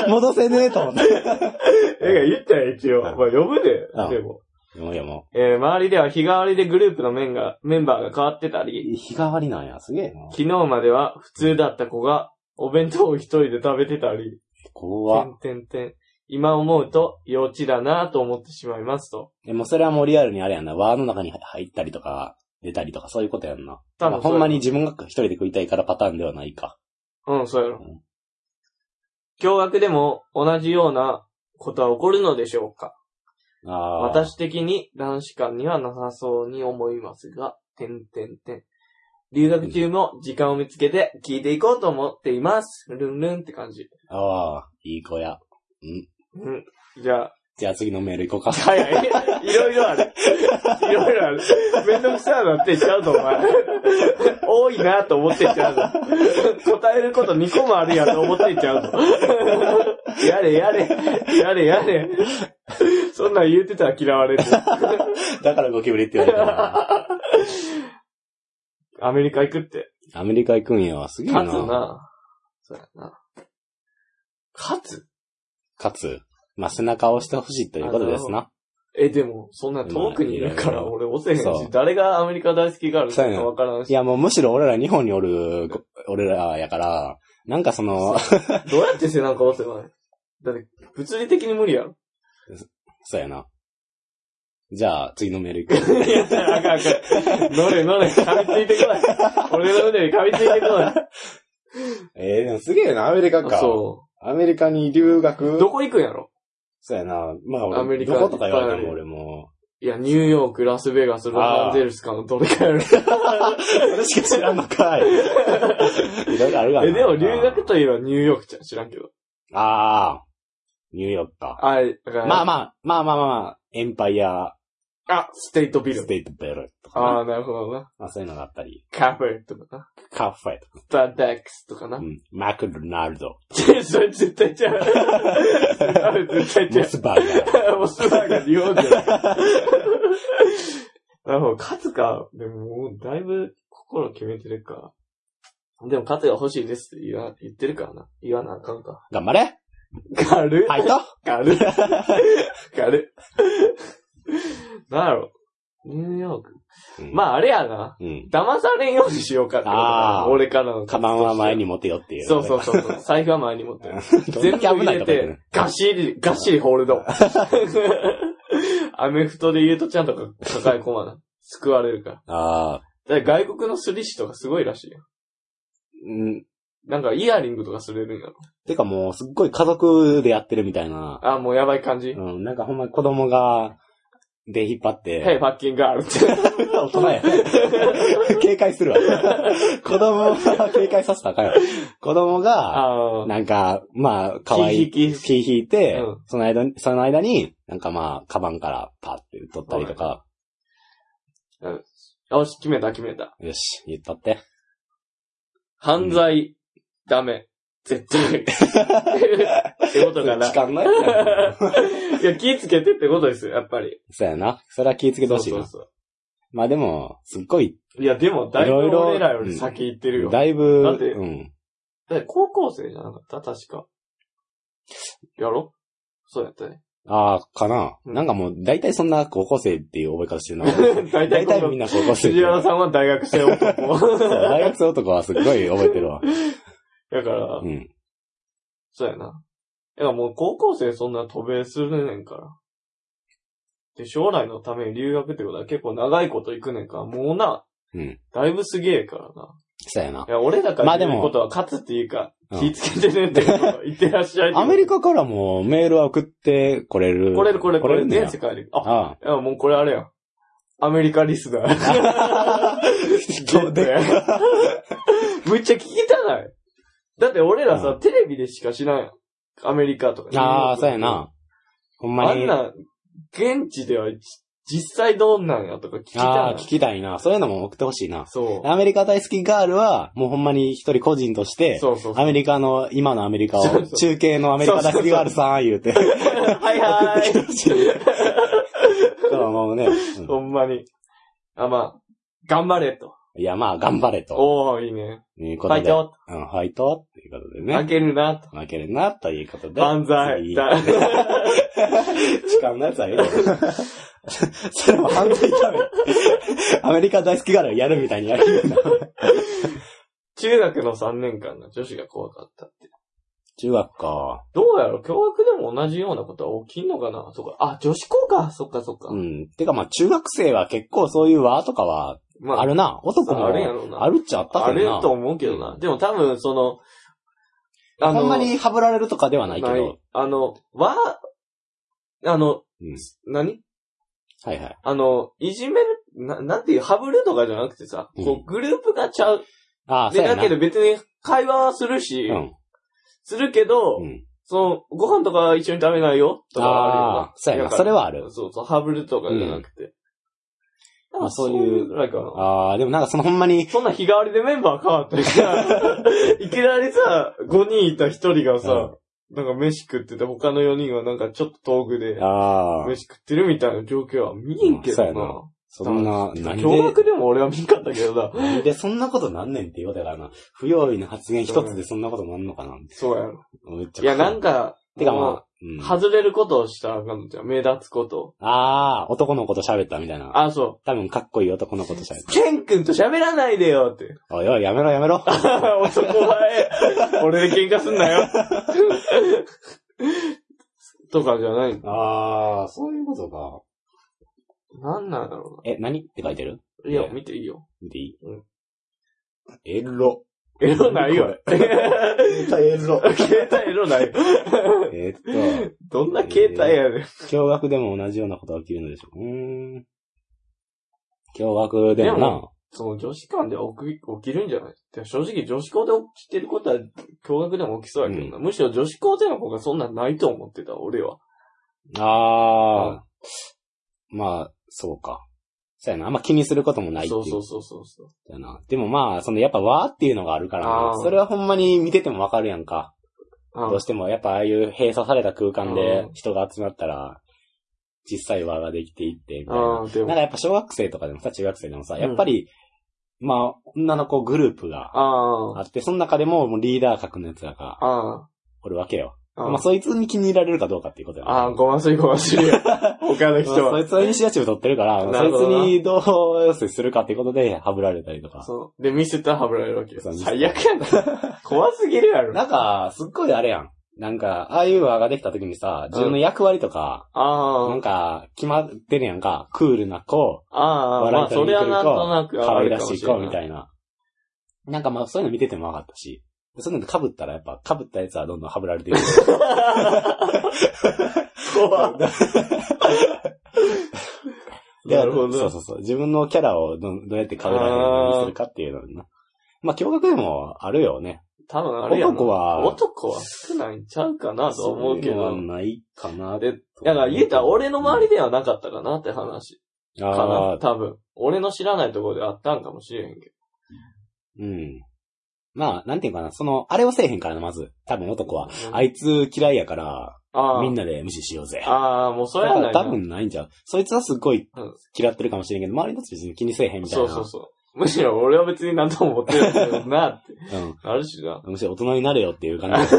戻せねえと思って。えが言ったよ、一応。まあ、呼ぶで、でも。 読もう読もう。えー、周りでは日替わりでグループのメンがメンバーが変わってたり。 日替わりなんや、すげえな。 昨日までは普通だった子が、お弁当を一人で食べてたり。 怖っ。てんてんてん。今思うと幼稚だなぁと思ってしまいますと。 え、もうそれはもうリアルにあれやんな。輪の中に入ったりとか、出たりとかそういうことやんな。多分ほんまに自分が一人で食いたいからパターンではないか。 うん、そうやろ。うん、共学でも同じようなことは起こるのでしょうか。 あ私的に男子間にはなさそうに思いますが、てんてんてん。留学中も時間を見つけて聞いていこうと思っています。ルンルンって感じ。 ああ、いい子や。 うん。うん。じゃあ。 じゃあ次のメール行こうか。 はいはい。いろいろある。いろいろある。めんどくさいなって言っちゃうぞ、お前。多いなと思って言っちゃうぞ。答えることにこもあるやと思って言っちゃうぞ。やれやれ。やれやれ。そんなん言うてたら嫌われる。 だからゴキブリって言われたな。 アメリカ行くって。 アメリカ行くんや。すげえな。 勝つな。そうやな。勝つ勝つ。まあ、背中を押してほしいということですな。 え、でも、そんな遠くにいるから、俺押せへんし、誰がアメリカ大好きがあるかわからんし。 いや、もうむしろ俺ら日本におる、俺らやから、なんかその、 どうやって背中押せばいい？だって、物理的に無理やろ。 そうやな。じゃあ、次のメール行く。 いや、あかんあかん。乗れ乗れ、噛みついてこない。俺の腕に噛みついてこない。 えー、でもすげえな、アメリカか。 そう。 アメリカに留学。 どこ行くんやろ？ そうやな。まあ俺、アメリカどことか言われても俺も。 いや、ニューヨーク、ラスベガス、ロサンゼルスかのどれかやる。 それしか知らんのかい。いろいろあるがな。 え、でも留学といえばニューヨークちゃん知らんけど。 ああ。ニューヨークか。 はい。 まあまあ、まあまあまあ、エンパイア。 あ、ステイトビル。 ステイトビルとか。 ああ、なるほどな。 まあそういうのがあったり。 カフェとかな。 カフェとか。 スターダックスとかな。 うん。マクドナルド。 それ絶対ちゃう。絶対ちゃう。 モスバーガー。モスバーガー日本じゃない。なるほど、勝つか。でももうだいぶ心決めてるか。でも勝つが欲しいですって言わ、言ってるからな。言わなあかんか。 頑張れ軽っ。 ファイト軽っ。軽っ。なんやろ。ニューヨーク。うん、まああれやな。うん。騙されんようにしようかってことだ。ああ。俺からの。 カバンは前に持てよっていう。 そうそうそう。財布は前に持ってよ。全部入れて、ガッシリ、ガッシリホールド。アメフトで言うとちゃんと抱え込まない。救われるから。ああ。だから外国のスリ師とかすごいらしいよ。うん。なんかイヤリングとかすれるんやろ。 てかもうすっごい家族でやってるみたいな。 あ、もうやばい感じ。 うん。なんかほんまに子供が、で引っ張って。 はい、パッキンガールって。 大人や。警戒するわ。子供は警戒させたらあかんよ。子供が、なんか、まあ、かわいい。気引いて、うん、その間に、その間に、なんかまあ、カバンからパーって取ったりとか。 うん、よし、決めた決めた。 よし、言ったって。 犯罪、うん、ダメ。絶対。ってことかな。 時間ないいや、気ぃつけてってことですよ、やっぱり。 そうやな。それは気ぃつけてほしいな。そうそうそう。まあでも、すっごい。 いや、でも、だいぶ俺らより先行ってるよ。 うん、だいぶ、 だって、うん。だって高校生じゃなかった確か。やろそうやったね。 ああ、かな、うん。なんかもう、だいたいそんな高校生っていう覚え方してるの。だいたいみんな高校生。 藤原さんは大学生男。 大学生男はすっごい覚えてるわ。 だから、うん。そうやな。いや、もう高校生そんな渡米するねんから。で、将来のために留学ってことは結構長いこと行くねんから、もうな、うん。だいぶすげえからな。 そうやな。 いや、俺らから言うことは勝つっていうか、まあ、気ぃつけてねってこと言ってらっしゃい。 アメリカからもメールは送ってこれる。 これるこれるこれる。全世界で。あ、ああ。いや、もうこれあれや。アメリカリスナー。どでむっちゃ聞きたない。だって俺らさ、うん、テレビでしか知らんやん。アメリカとか。 ああ、そうやな。ほんまに。 あんな、現地では実際どんなんやとか聞きたい。ああ、聞きたいな。そういうのも送ってほしいな。 そう。 アメリカ大好きガールは、もうほんまに一人個人として、 そうそうそう。 アメリカの、今のアメリカを、そうそう中継のアメリカ大好きガールさん言うて。 はいはい。送ってきてほしい。 そうもうね、 うん。ほんまに。あ、まあ、頑張れと。 いや、まあ、頑張れと。 おー、いいね。 いうことで。 ファイト。 うん、ファイトっていうことでね。 負けるなと。 負けるなということで。 万歳。 時間のやつは言うそれも犯罪ため。アメリカ大好きガールやるみたいにやるんだ。 中学のさんねんかんの女子が怖かったって。 中学か。 どうやろ共学でも同じようなことは起きんのかなそっか。あ、女子校か。そっかそっか。 うん。てかまあ中学生は結構そういう輪とかは、まあ、あるな。男も。 あるやろうな。 あるっちゃあったけどな。 あると思うけどな。でも多分その、 あの、ほんまにハブられるとかではないけど。 あの、輪、 あの、うん、何はいはい。 あの、いじめる、な、なんていう、ハブるとかじゃなくてさ、うん、こう、グループがちゃう。 ああ、 で、だけど別に会話はするし、うん、するけど、うん、その、ご飯とか一緒に食べないよとかあるよな。 ああ、そうやな。それはある。 そうそう、ハブるとかじゃなくて。 うん、まあそういう。 ぐらいかな。 ああ、でもなんかそのほんまに。 そんな日替わりでメンバー変わったりさ、いきなりさ、ごにんいたひとりがさ、うんなんか飯食ってて、他のよにんはなんかちょっと遠くで、飯食ってるみたいな状況は見んけどな。なそんな、何で。 驚愕でも俺は見んかったけどな。 何でそんなことなんねんって言うことやからな。不用意な発言一つでそんなことなんのかな、うん、 そうやろ。めっちゃ。いやなんか、てかまあ、うん、外れることをしたらあかんのじゃん。目立つこと。 ああ、男の子と喋ったみたいな。 ああ、そう。 多分かっこいい男の子と喋った。 ケン君と喋らないでよって。 おいおい、やめろやめろ。 男前。俺で喧嘩すんなよ。とかじゃないの。 ああ、そういうことか。 なんなんだろうな。 え、何って書いてる？ いや、見ていいよ。 見ていい？うん。エロ。 エロないよ。 携帯エロ。 携帯エロないよ。 えっと。 どんな携帯やねん。 驚愕でも同じようなことが起きるのでしょう。うーん。驚愕でもな。 その女子間で起き、起きるんじゃない？正直女子校で起きてることは驚愕でも起きそうやけどな、うん。むしろ女子校での方がそんなんないと思ってた、俺は。 ああ、うん、まあ、そうか。そうやな。あんま気にすることもないっていう。 そうそうそうそうそうやな。でもまあ、そのやっぱわーっていうのがあるからな。それはほんまに見ててもわかるやんか。どうしてもやっぱああいう閉鎖された空間で人が集まったら、実際輪ができていって、みたいな。なんかやっぱ小学生とかでもさ、中学生でもさ、やっぱり、うん、まあ、女の子グループがあって、その中でももうリーダー格のやつらが、おるわけよ。まあ、そいつに気に入られるかどうかっていうことやね。 ああ、ごますりごますり。他の人は。 そいつはイニシアチブ取ってるから、そいつにどう接するかっていうことで、ハブられたりとか。 そう。で、ミスったらハブられるわけよ。最悪やな。怖すぎるやろ。 なんか、すっごいあれやん。なんか、ああいう輪ができた時にさ、自分の役割とか、うん、なんか、決まってるやんか。クールな子、 あ笑いとりに来る子、 まあ、それはなんとなく可愛らしい子、みたいな。なんかまあ、そういうの見てても分かったし。そういうの被ったらやっぱ、被ったやつはどんどんハブられていく。 怖い。なるほど。 そうそうそう。自分のキャラをどどうやって被られるようにするかっていうのな。まあ、驚愕でもあるよね。 多分あれやな。 男は、 男は少ないんちゃうかなと思うけど。 そうはないかな。 で、だから言えたら俺の周りではなかったかなって話。かな。多分。俺の知らないところであったんかもしれへんけど。うん。まあ、なんていうかな、その、あれをせえへんからな、まず。多分男は。うん、あいつ嫌いやから、みんなで無視しようぜ。 ああ、もうそれはない。 多分ないんじゃう。そいつはすっごい嫌ってるかもしれんけど、周りのやつ別に気にせえへんみたいな。 そうそうそう。むしろ俺は別に何とも思ってないけどなって。うん。あるしな。 むしろ大人になれよっていう感じ。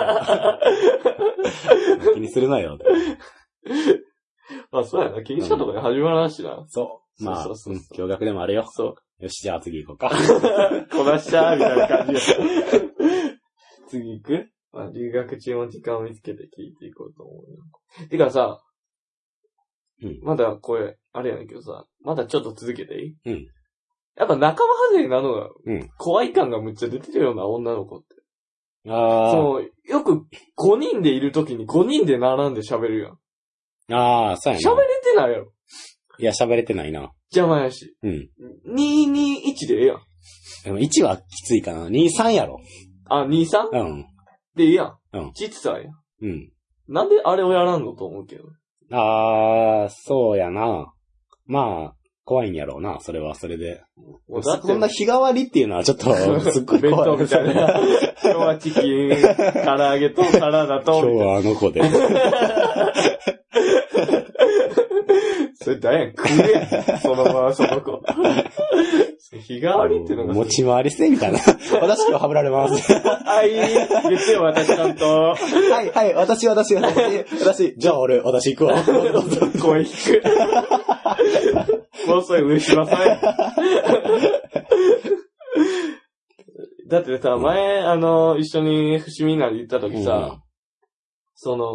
気にするなよって。 まあそうやな。気にしたとかで始まらんしな。うん、 そう。まあ、そうそうそう、驚愕でもあるよ。 そう。 よし、じゃあ次行こうか。 こなしちゃーみたいな感じよ。次行く？まあ、留学中の時間を見つけて聞いていこうと思うよ。てかさ、うん、まだこれ、あれやねんけどさ、まだちょっと続けていい？うん。やっぱ仲間外れなのが、うん、怖い感がむっちゃ出てるような女の子って。ああ。そう、よくごにんでいるときにごにんで並んで喋るやん。 ああ、そうやな。 喋れてないやろ。 いや、喋れてないな。 邪魔やし。うん。にーにーいちでええやん。 でもいちはきついかな。にーさんやろ。 あ、にーさん? うん。でええやん。うん。ちつさんや。うん。なんであれをやらんのと思うけど。 あー、そうやな。まあ、怖いんやろうな、それはそれで。だってそんな日替わりっていうのはちょっと、すっごい怖い。 弁当みたいな。今日はチキン、唐揚げとサラダと。 今日はあの子で。 それだやん、食えやん。そのままその子。日替わりっていうのが。 持ち回りせみたいな。私今日はぶられます。 はい、月曜私担当。はい、はい、私、私、私、私、じゃあ俺、私行くわ。 声引く。もうそれ上島さんや。だってさ、前、あの、一緒に伏見稲荷行った時さ、うん、その、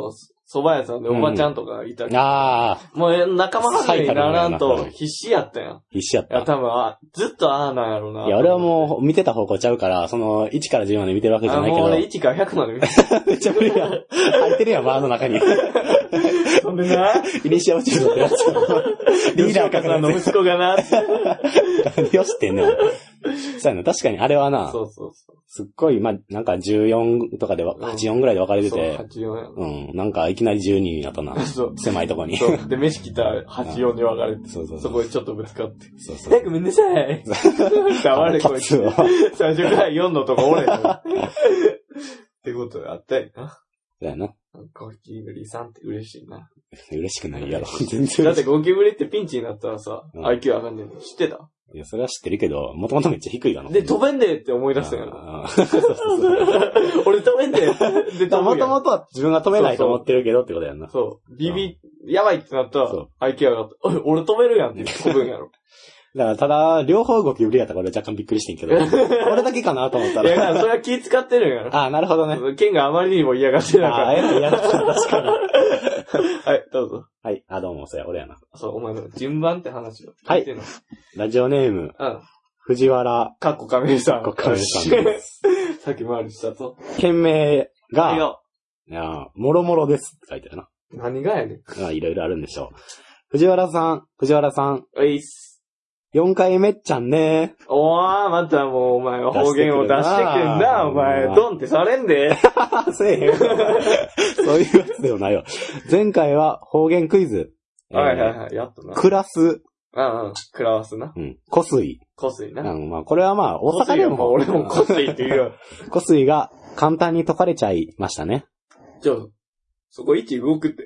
蕎麦屋さんでおばちゃんとかいたけど、 うん、ああ。 もう仲間外れにならんと必死やったやん。 必死やった。 いや、多分、あ、ずっとああなんやろうな。 いや、俺はもう見てた方向ちゃうから、その、いちからじゅうまで見てるわけじゃないけど。 あ、もう俺いちからひゃくまで見てる。めっちゃ無理やん。入ってるやん、バーの中に。 そんでな、 イニシアムチュードってやつ。 リーダーかさんの息子がな。 何をしてんねん。そうやな、確かにあれはな、 そうそうそう。 すっごい、まあ、なんかじゅうよんとかで、はちじゅうよんぐらいで分かれてて、 そうはちじゅうよんや。 うん、なんかいきなりじゅうにになったな。そう。狭いとこに。 そう。で、飯来たらはちじゅうよんに分かれて、そうそうそう。そこでちょっとぶつかって。 そうそう。 え、ごめんなさい。黙れこいつ。最初からよんのとこおれよ。ってことであったよな。 そうやな。 ゴキブリさんって嬉しいな。 嬉しくないやろ。全然。 だってゴキブリってピンチになったらさ、うん、アイキュー 上がんねんの知ってた？ いや、それは知ってるけど、もともとめっちゃ低いかな。 で、飛べんでって思い出したよな。俺飛べんでで、 もともとは自分が飛べないと思ってるけどってことやんな。 そう。ビビ、やばいってなったら、アイキュー 上がった。俺飛べるやんって飛ぶんやろ。 だから、ただ、両方ゴキブリやったから俺若干びっくりしてんけど。俺だけかなと思ったら。 いや、それは気使ってるんやろ。 ああ、なるほどね。 剣があまりにも嫌がってなかった。ああ、 嫌がってた、確かに。 はい、どうぞ。 はい、あ、どうも、そや、俺やな。 そう、お前の順番って話を。 はい。ラジオネーム。 うん。 藤原。 かっこ亀井さん。 かっこ亀井さんです。 さっき回りしたと。 件名が、いや、もろもろですって書いてあるな。 何がやねん。 あ、いろいろあるんでしょう。藤原さん、藤原さん。 おいっす。 よんかいめっちゃんね。 おー、またもうお前方言を出してくんな、お前。ドンってされんで。 せえへん。そういうやつでもないよ。前回は方言クイズ。 はいはいはい、やっとな。 クラス。 うんうん、クラスな。 うん。湖水。 湖水な。 うん、まあこれはまあ、大阪でも。 俺も湖水って言うよ。 湖水が簡単に解かれちゃいましたね。 じゃあ、そこ位置動くって。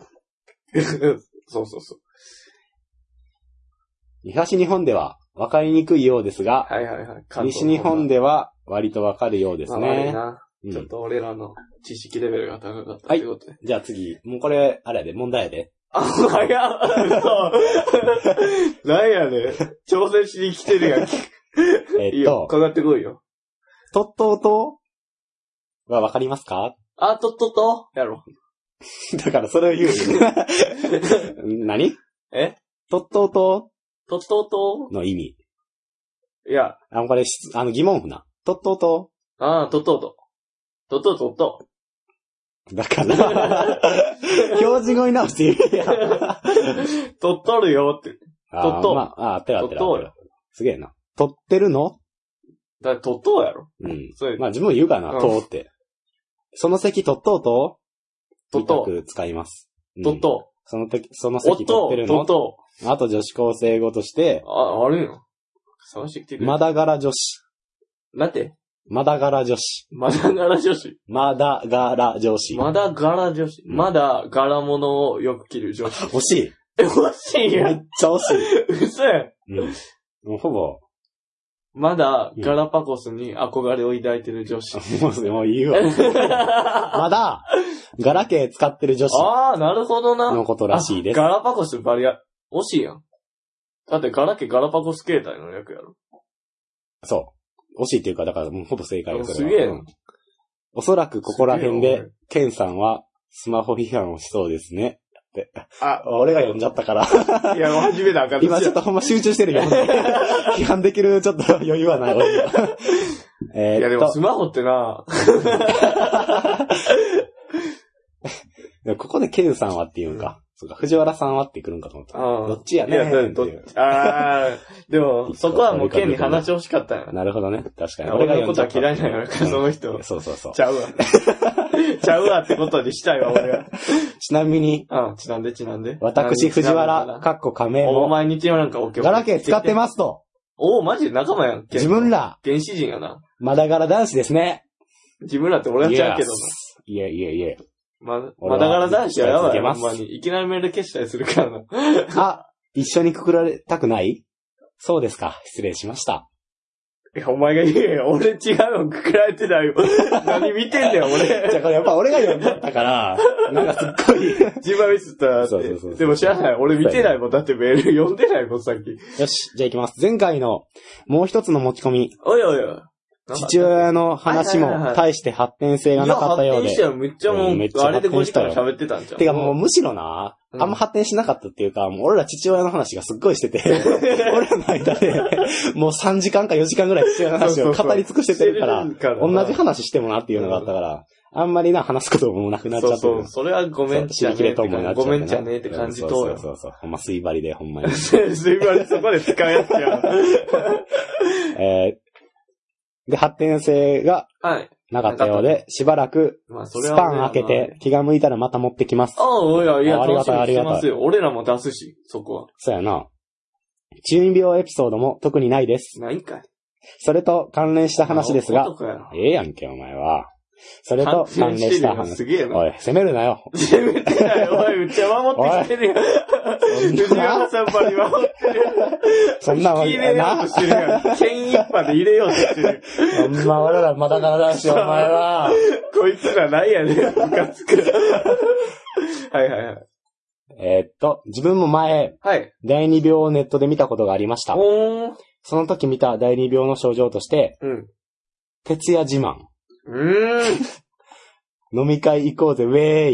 そうそうそう。 東日本では分かりにくいようですが、 はいはいはい、 西日本では割と分かるようですね。 まあなうん、ちょっと俺らの知識レベルが高かったってことで。 はい。じゃあ次、もうこれ、あれやで、問題やで。 あ、早っそう。なんやね挑戦しに来てるやん。えっと、いいよ、かかってこいよ。 とっとうとは分かりますか？ あ、とっととやろ。 だからそれを言う。何？ え？ とっとうととっとうとの意味。 いや。 あの、これ、あの、疑問符な。とっとうとああ、とっとうと。とっとうとっと。 だから、表示語に直して言うやん。とっとるよって。とっとう。 まあ、ああ、てらてら。とっとうよ。すげえな。とってるの？ だから、とっとうやろ。 うん。それまあ、自分も言うかな、うん、とって。その席とっとうととっとう。使います。 とっとう。 その時、その席とってるの？ とっとう。 あと女子高生語として、 あ、あるよ。探してきてくれ。 まだがら女子。 なんて？ まだがら女子。 まだがら女子。 まだがら女子。 まだがら女子。うん、まだ柄物をよく着る女子。 惜しい。 え、惜しいやん。 めっちゃ惜しい。 嘘やん。 うん。もうほぼ。 まだガラパゴスに憧れを抱いてる女子。 もう、もういいわ。まだ、ガラケー使ってる女子。 ああ、なるほどな。 のことらしいです。 ガラパゴスバリア、惜しいやん。だってガラケーガラパゴス携帯の役やろ。 そう。惜しいっていうか、だからもうほぼ正解よ。 すげえな。 おそらくここら辺で、ケンさんはスマホ批判をしそうですね。って。あ、俺が読んじゃったから。 いや、初めてあかん。 今ちょっとほんま集中してるよ。批判できるちょっと余裕はない。俺はえー、いや、でもスマホってなここでケンさんはって言うんか。そうか、藤原さんはって来るんかと思った。どっちやねん。いや、どっち。 ああ、でも、そこはもうケンに話してほしかったよ。 なるほどね。確かに。 俺のことは嫌いなんやろ、その人。 そうそうそう。 ちゃうわ。ちゃうわってことにしたいわ、俺は。 ちなみに。 うん、ちなんでちなんで。 私、藤原、かっこ仮名も。 お前日曜なんかオッケー。 ガラケー使ってますと。 おお、マジで仲間やん。 自分ら。 原始人やな。 まだがら男子ですね。 自分らって俺はちゃうけどな。 いえいえいえ。 ま、まだがら男子はやばい。ほんまに。いきなりメール消したりするからな。 あ、一緒にくくられたくない？そうですか。失礼しました。 いや、お前が言えよ。俺違うのくくられてないよ。何見てんだよ、俺。 じゃあこれやっぱ俺が読んだったから、なんかすっごい。 自分ミスったらって。そうそうそう。でも知らない。俺見てないもん。だってメール読んでないもん、さっき。 よし、じゃあ行きます。前回のもう一つの持ち込み。 おいおいおい。 父親の話も大して発展性がなかったようで。 いや、発展したよ。めっちゃもう、めっちゃあれでごじかん喋ってたんじゃん。 てかもうむしろな、うん、あんま発展しなかったっていうか、もう俺ら父親の話がすっごいしてて、俺らの間で、もうさんじかんかよじかんぐらい父親の話を語り尽くしててるから、そうそうそう同じ話してもなっていうのがあったから、うん、あんまりな、話すこともなくなっちゃって。そうそう、 それはごめんちゃねえって。ごめんちゃねえって感じと。 そうそうそう。ほんま吸い張りで、ほんまに。 吸い張りそこで使うやつや。 えー、で、発展性が、はい。なかったようで、しばらく、スパン開けて、気が向いたらまた持ってきます。 ああ、いや、いや、ありがたい、ありがたい。俺らも出すし、そこは。 そうやな。中二病エピソードも特にないです。 ないんかい。 それと関連した話ですが、ええやんけ、お前は。それと関連した話。 すげえな。 おい、責めるなよ。 責めてない。おい、うちは守ってきてるやん。藤原さんばり守ってるやん。 そんなわけない。入れようとしてるやん。剣一派で入れようとしてる。 そんな俺らまだからだし、お前は。 こいつらなんやねん、ムカつく。はいはいはい。 えー、っと、自分も前、はい、だいに病をネットで見たことがありました。おー。その時見ただいに病の症状として、うん、徹夜自慢。うーん。飲み会行こうぜ、ウェーイ。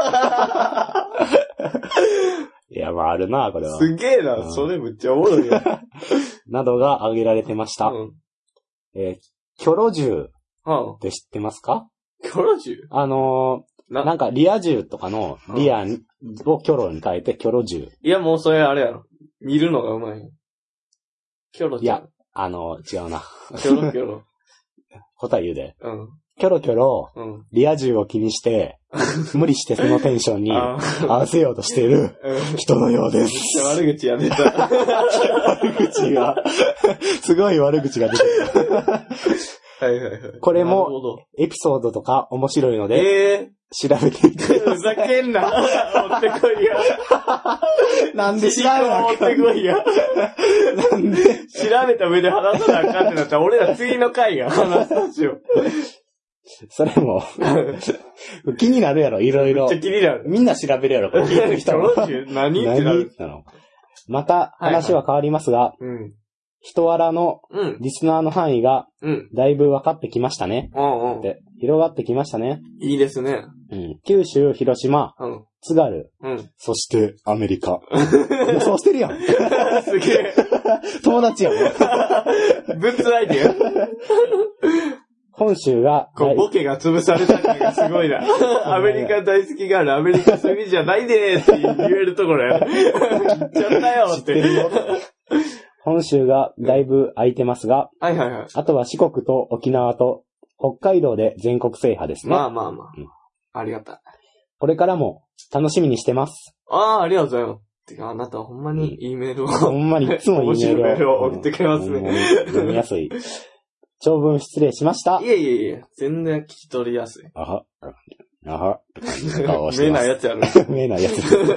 いや、まああるな、これは。 すげえな、うん、それむっちゃおもろいよ。 などが挙げられてました。うん、えー、キョロ銃って知ってますか？ キョロ銃？ あのー、な, なんかリア銃とかのリアをキョロに変えてキョロ銃。 いや、もうそれあれやろ。見るのがうまい。キョロいや、あの、違うな。 キョロキョロ。 答え言うで。うん。キョロキョロ、うん、リア充を気にして、無理してそのテンションに合わせようとしている人のようです。 めっちゃ悪口やめた。 悪口が、すごい悪口が出てきた。 はいはいはい。 これも、エピソードとか面白いので、えー、調べてみて。 ふざけんな。持ってこいや。 なんで調べな持ってこいや。なんで調べた上で話さなあかんってなったら、俺ら次の回が話すんしよう。 それも、気になるやろ、いろいろ。 めっちゃ気になる。 みんな調べるやろ、これ聞いてる人は。 何ってなるのまた、話は変わりますが、はいはいうん、人柄のリスナーの範囲が、だいぶ分かってきましたね。うん、で広がってきましたね。 いいですね。 うん、九州、広島、うん、津軽、うん、そしてアメリカ。そうしてるやん。 すげえ。 友達やん。 ぶっつないでよ。 本州が、 こうボケが潰されたのがすごいな。アメリカ大好きがある、アメリカ好きじゃないでーって言えるところや。言っちゃったよって。 本州がだいぶ空いてますが、 はいはいはい。 あとは四国と沖縄と北海道で全国制覇ですね。 まあまあまあ。うん、ありがたい。 これからも楽しみにしてます。 ああ、ありがとうございます。てか、あなたはほんまにいいメールを。 ほんまにいつもいいメールを。 面白いメールを送ってくれますね。 読みやすい。長文失礼しました。 いえいえいえ、全然聞き取りやすい。 あは。あは。 見えないやつやる。 見えないやつ。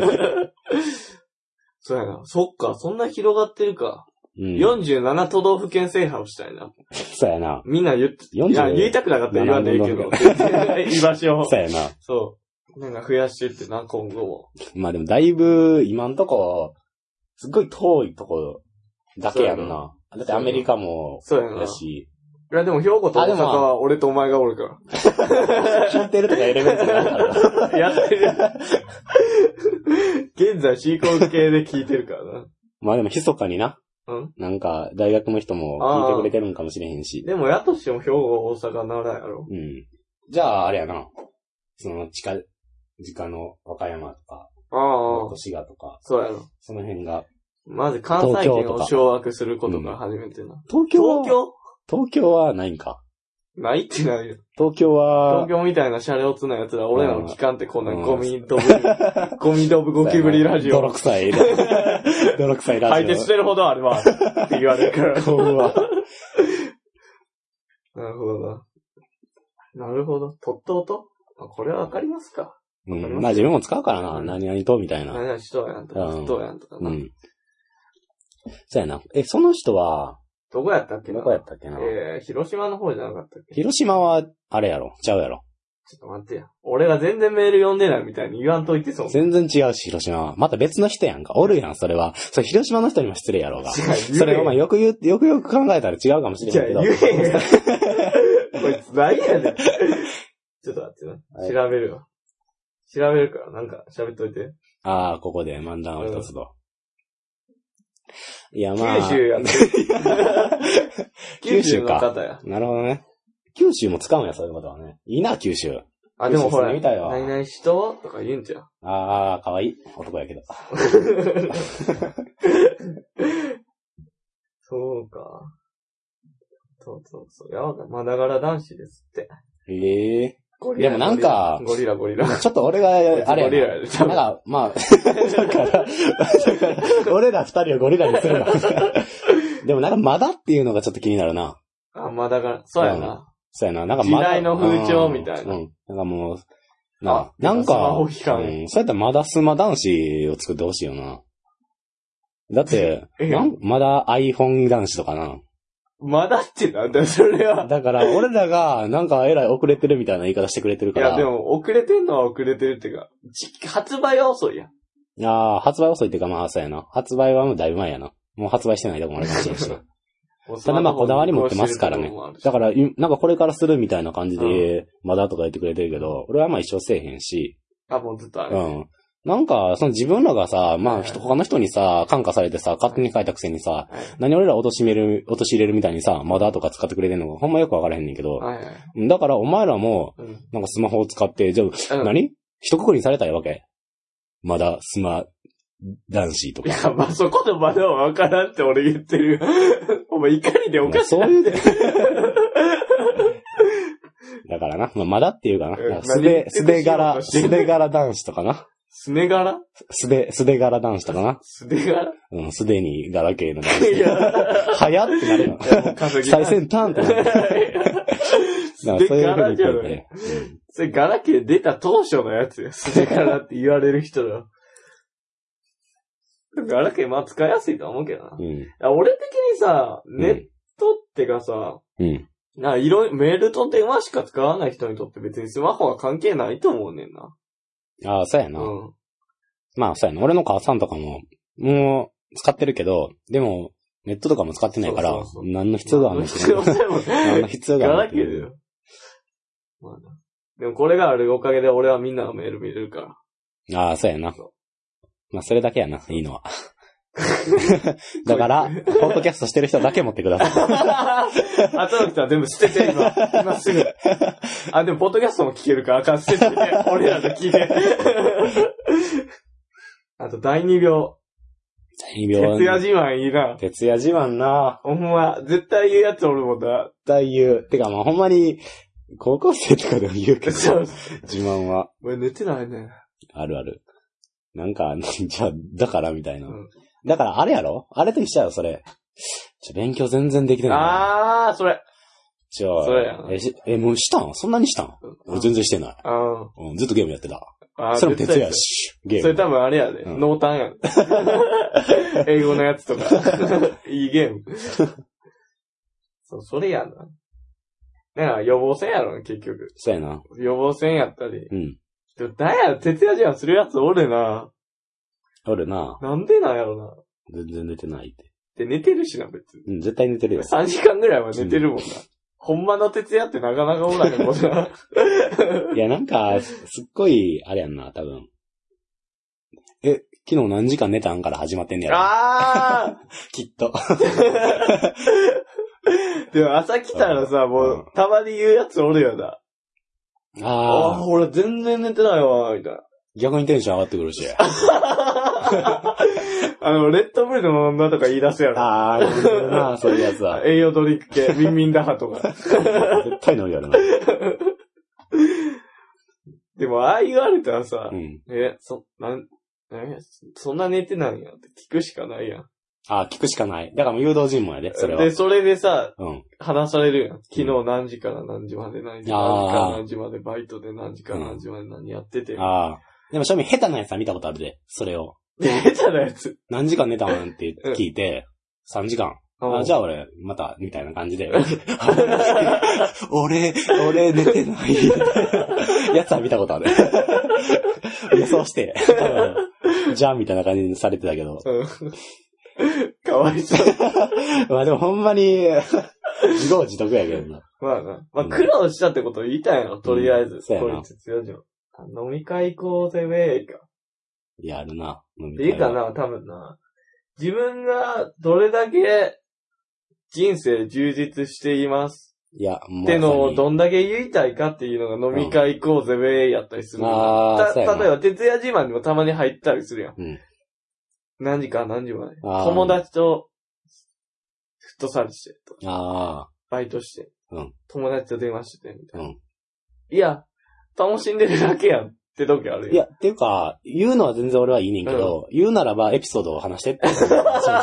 そうやな。そっか、そんな広がってるか。うん、よんじゅうなな都道府県制覇をしたいな。 そうやな。 みんな言って、いや、言いたくなかったら言わないけど。居場所を。 そうやな。 そう。なんか増やしてってな、今後も。 まあでもだいぶ、今んとこ、すっごい遠いとこだけやんな。だってアメリカも、 そうやな。 だし。 いやでも兵庫と大阪は俺とお前がおるから。 聞いてるとかエレメントないから。やってる。現在進行形で聞いてるからな。 まあでも密かにな。うん、なんか、大学の人も聞いてくれてるんかもしれへんし。 でも、やとしても兵庫、大阪、奈良やろ。 うん。じゃあ、あれやな。その、近、近の和歌山とか、ああ。滋賀とか。 そうやろ。 その辺が。 まず関西圏を掌握することが初めてな。 東京東京東京はないんか。 ないってないよ。 東京は、 東京みたいなシャレオツなやつら、俺らの機関ってこんなゴミドブ、ゴミドブゴキブリラジオ。 泥臭い。泥臭いラジオ。 相手してるほどあれば、って言われるから。 ほんま。 なるほどな。なるほど。とっとうとこれはわかりますかうん。まあ自分も使うからな。何々とみたいな。 何々しとうやんとか、しとうやんとかな。うん。 そうやな。え、その人は、 どこやったっけなどこやったっけなえー、広島の方じゃなかったっけ広島は、あれやろちゃうやろちょっと待ってや。俺が全然メール読んでないみたいに言わんといてそう。 全然違うし、広島は。また別の人やんか。おるやん、それは。それ、広島の人にも失礼やろうが。それ、お前よく言う、よくよく考えたら違うかもしれないけど。 言え何やねん。ちょっと待ってな。はい、調べるわ。調べるから、なんか喋っといて。 ああ、ここで漫談を一つと。いや、まあ。 九州やって九州か。 九州の方や。 なるほどね。九州も使うんや、そういうことはね。いいな、九州。 あ、でもほら、 見たよ。 何々人とか言うんちゃう。 ああ、かわいい。男やけど。 そうか。そうそうそう。やばか、まだがら男子ですって。 ええー。でもなんか、 ゴリラゴリラ。 ちょっと俺が、あれやな。ゴリラやで。なんか、まあ、だから、だから、俺ら二人をゴリラにするの。でもなんかまだっていうのがちょっと気になるな。 あ、まだがら、そうやな。 そうやな。なんかまだ。 時代の風潮みたいな。 うん。なんかもう、な、なんか、うん、そうやったらまだスマ男子を作ってほしいよな。だって、なんまだ iPhone 男子とかな。 まだってなんだよ、それは。 だから、俺らが、なんか、えらい遅れてるみたいな言い方してくれてるから。 いや、でも、遅れてんのは遅れてるっていうか、発売は遅いやん。 ああ、発売遅いっていうか、まあ、そうやな。発売はもうだいぶ前やな。もう発売してないとこもあるかもしれないしな。ただまあ、こだわり持ってますからね。だから、なんかこれからするみたいな感じで、うん、まだとか言ってくれてるけど、俺はまあ一生せえへんし。 あ、もうずっとある。 うん。なんか、その自分らがさ、まあ、他の人にさ、感化されてさ、勝手に書いたくせにさ、はい、何俺ら落としめる、落とし入れるみたいにさ、まだとか使ってくれてるのがほんまよくわからへんねんけど、はいはい、だからお前らも、なんかスマホを使って、じゃあ、うん、何一括りにされたいわけまだ、スマ、男子とか。 いや、まあ、そこのまだはわからんって俺言ってる。お前怒りでおかしい。 そういうで。だからな、まあ、まだっていうかな。すで、すで柄、すで柄男子とかな。 すね柄すで、すで柄男子とかな。 すで柄うん、すでに柄系の男子。いや、早ってなるよ。最先端ってなる。 すで柄じゃない。それ柄系出た当初のやつよ。すで柄って言われる人だ。柄系まあ使いやすいと思うけどな。うん、俺的にさ、ネットってかさ、うん。な、いろいろ、メールと電話しか使わない人にとって別にスマホは関係ないと思うねんな。 ああ、そうやな。うん。まあ、そうやな。俺の母さんとかも、もう、使ってるけど、でも、ネットとかも使ってないから、そうそうそう何の必要があるのか何の必要があるのかよ。 まあ、でもこれがあるおかげで俺はみんなのメール見れるから。 ああ、そうやな。まあ、それだけやな、いいのは。だから、ポッドキャストしてる人だけ持ってください。 後の人は全部捨てて、今。今すぐ。あ、でも、ポッドキャストも聞けるから、あかん、捨ててね。俺らの聞いて。あと、だいにびょう。 だいにびょう。 徹夜自慢いいな。 徹夜自慢な。 ほんま、絶対言うやつおるもんな。 絶対言う。てか、まあ、ほんまに、高校生とかでも言うけど。自慢は。 俺寝てないね。 あるある。なんか、じゃあ、だからみたいな。うん、だから、あれやろあれと一緒やろ、それ。ちょ、勉強全然できてない。 あー、それ。 じゃあ、それやな。え、え、もうしたんそんなにしたん、うん、俺全然してない。うん。ずっとゲームやってた。あそれも徹夜し、ゲーム。 それ多分あれやで。うん、濃淡やん。英語のやつとか。いいゲーム。そう、それやな。だから予防線やろ、結局。 そうやな。 予防線やったり。うん。でも、だや、徹夜時間するやつおるな。 おるな。 なんでなんやろな。 全然寝てないって。 で、寝てるしな、別に。 うん、絶対寝てるよ。 さんじかんぐらいは寝てるもんな。うん、ほんまの徹夜ってなかなかおらへんもんな。 いや、なんか、すっごい、あれやんな、多分。え、昨日何時間寝たんから始まってんねやろ。 ああきっと。 でも朝来たらさ、もう、たまに言うやつおるよな。ああ。ああ、俺全然寝てないわ、みたいな。 逆にテンション上がってくるし。 あの、レッドブルの飲んだとか言い出すやろ。 ああ、言うな、そういうやつは。 栄養ドリンク系、ミンミンダハとか。 絶対飲むやろな。 でも、ああ言われたらさ、うん、え、そ、なん、え、そんな寝てないやんって聞くしかないやん。 ああ、聞くしかない。だからもう誘導尋問やで、それは。 で、それでさ、うん、話されるやん。昨日何時から何時まで何時、何時から何時までバイトで何時から何時まで何やってて。うん、ああ。 でも、正味下手なやつは見たことあるで、それを。 下手なやつ何時間寝たんって聞いて、さんじかん。あ、じゃあ俺、また、みたいな感じで。俺、俺寝てない。やつは見たことある。予想して、じゃあみたいな感じにされてたけど。 かわいそう。 まあでもほんまに、自業自得やけどな。 まあな。まあ苦労したってことを言いたいの、とりあえず。こいつ強いじゃん。飲み会行こうぜ、ウェイか。 やるな、飲み会。 いいかな、多分な。自分がどれだけ人生充実しています。 いや、もう。 ってのをどんだけ言いたいかっていうのが飲み会行こうぜ、ウェイやったりする。ああ、例えば、徹夜自慢にもたまに入ったりするやん。うん。何時か何時まで。友達と、フットサルしてと。ああ。バイトして。うん。友達と電話してみたいな。うん。いや、楽しんでるだけやんって時あるよ。 いや、っていうか、言うのは全然俺はいいねんけど、うん、言うならばエピソードを話してって。これ、これ、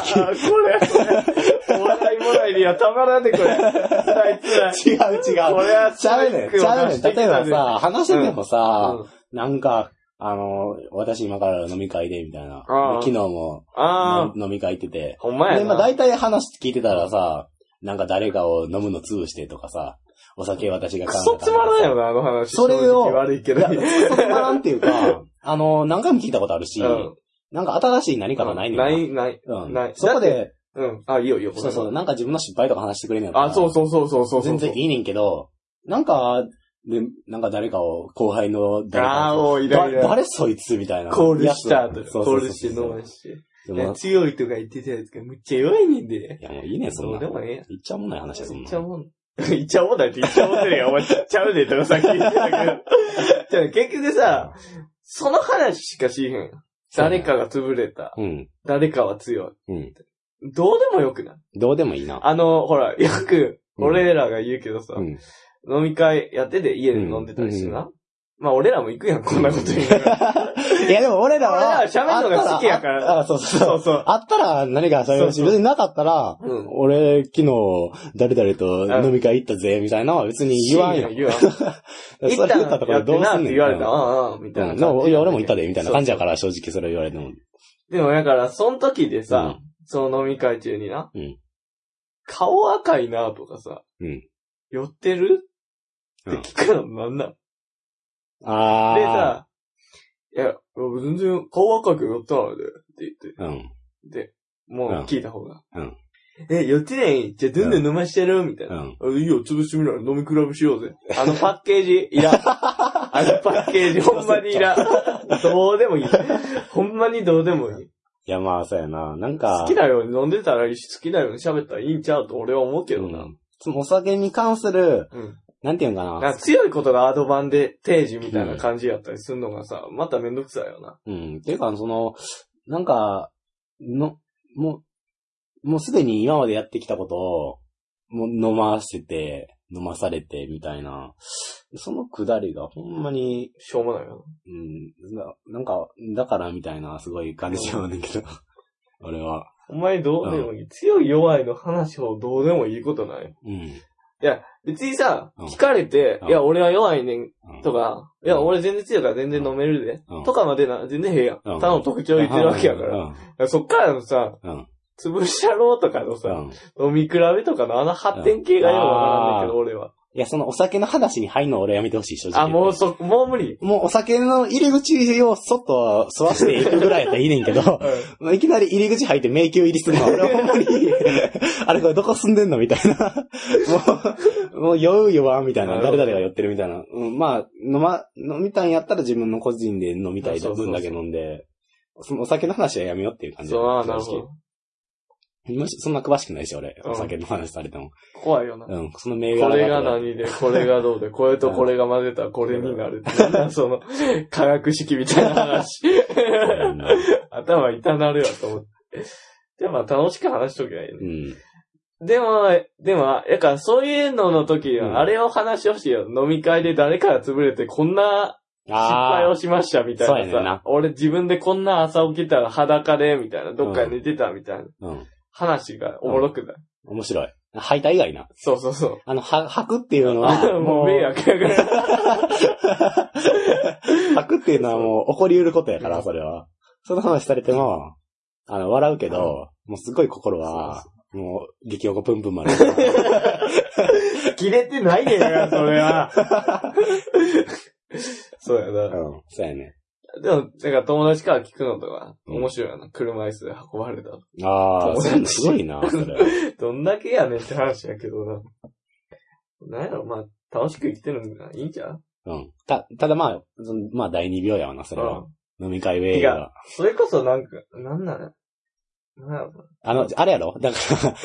お笑いもらいにはたまらんで、これ。辛い辛い。 違う違う。これはちゃうねん。ちゃうねん。例えばさ、話しててもさ、うん、なんか、あの、私今から飲み会で、みたいな。昨日も飲み会行ってて。 ほんまやな。 で、まあ大体話聞いてたらさ、なんか誰かを飲むの通してとかさ、お酒私が買う。クソつまらんよな、あの話。 それを、 悪いけど。いや、 クソつまらんっていうか、あの、何回も聞いたことあるし、うん、なんか新しい何かがないねんな。 ない、ない、 うん。 ない。 そこで、 うん。あ、いいよいいよ。 そうそう、なんか自分の失敗とか話してくれんねん。 あ、そうそうそうそうそう。 全然いいねんけど、なんか、で、なんか誰かを、後輩の誰かを、 あー、おいらいら。 誰そいつみたいな。 コールしたと。コールして飲まして。でも強いとか言ってたやつがむっちゃ弱いねんで。 いやもういいねん、そんな。 どうでもええやん。 言っちゃもんない話や、そんな。 言っちゃもん。言っちゃもんないって言っちゃもんないやん。お前ちっちゃうねんとかさっき言ってたけど。じゃあ結局さ、その話しかしへん。誰かが潰れた。うん。誰かは強い。うん。どうでもよくない？ どうでもいいな。 あの、ほら、よく、俺らが言うけどさ、うん、飲み会やってて家で飲んでたりするな。うんうん、まあ俺らも行くやん、こんなこと言うから。 いやでも俺らは、俺らは喋るのが好きやから。 ああ、そうそうそう。そうそうあったら何か喋るし、別になかったら、うん、俺昨日誰々と飲み会行ったぜ、みたいなのは別に言わんよ。 言わん。行ったんやってなって言われた。ああ、ああ、みたいな、 うん。いや、俺も行ったで、みたいな感じやから、正直それ言われても。 でもだから、その時でさ、うん、その飲み会中にな、うん、顔赤いなとかさ、うん、酔ってるって聞くのなんなん、 ああ。 でさ、いや、全然顔赤く酔ったので、って言って。うん。で、もう聞いた方が。うん。え、酔ってないじゃあどんどん飲ましてるみたいな。うん。いいよ、潰してみろ。飲み比べしようぜ。あのパッケージ、いらん。あのパッケージ、ほんまにいらん。どうでもいい。ほんまにどうでもいい。 いや、まあ、そうやな。なんか。 好きなように飲んでたらいいし、好きなように喋ったらいいんちゃうと俺は思うけどな。うん、 そのお酒に関する、うん、なんていうんかな。 なんか強いことがアドバンで定時みたいな感じやったりするのがさ、うん、まためんどくさいよな。 うん。っていうか、その、なんか、の、もう、もうすでに今までやってきたことを、もう飲ませて、飲まされて、みたいな。そのくだりがほんまに。 しょうもないよ。 うん。な, なんか、だからみたいな、すごい感じちゃうんだけど。俺は。 お前どうでもいい、うん。強い弱いの話をどうでもいいことない。うん。いや、別にさ、聞かれて、うん、いや、俺は弱いねん、とか、うん、いや、俺全然強いから全然飲めるで、うん、とかまでな、全然へえやん。うん、他の特徴言ってるわけやから。うん、そっからのさ、うん、潰しゃろうとかのさ、うん、飲み比べとかのあの発展系がよくわからんねんけど、俺は。 いや、そのお酒の話に入るの俺やめてほしい、正直。 あ、もうそ、もう無理。 もうお酒の入り口をそっと吸わしていくぐらいやったらいいねんけど、うん、いきなり入り口入って迷宮入りするのは俺はほんまに、あれこれどこ住んでんのみたいな。もう、もう酔う酔わんみたいな。誰々が酔ってるみたいな。うん、まあ、飲ま、飲みたいんやったら自分の個人で飲みたい分だけ飲んで、そのお酒の話はやめようっていう感じ。 そう、あ、なるほど。 そんな詳しくないし、俺。お酒の話されても。 怖いよな。 うん。その銘柄これが何で、これがどうで、これとこれが混ぜたらこれになる。なんその、化学式みたいな話。頭痛なるよと思って。でもまあ楽しく話しとけばいいね。うん。でも、でも、やからそういうのの時は、あれを話をしてよ。飲み会で誰かが潰れてこんな、失敗をしましたみたいなさ。な俺自分でこんな朝起きたら裸で、みたいな。どっかに寝てたみたいな。うん。うん話がおもろくない、 うん、面白い。吐いた以外な。 そうそうそう。 あの、は、吐くっていうのは。 もう迷惑やから。 吐くっていうのはもう起こり得ることやから、それは。その話されても、あの、笑うけど、うん、もうすごい心は、もう、激おこぷんぷんまで。 切れてないねんから、それは。そうやな。 うん、そうやね。 でも、だから友達から聞くのとか、面白いよな。うん、車椅子で運ばれた。 ああ、すごいな、それ。 どんだけやねんって話やけどな。 なんやろ、まあ、楽しく生きてるんがいいんじゃん。 うん。た、ただまあ、まあだいに病やわな、それは。うん、飲み会ウェイが。 それこそなんか、なんなのなんやろあの、あれやろだから、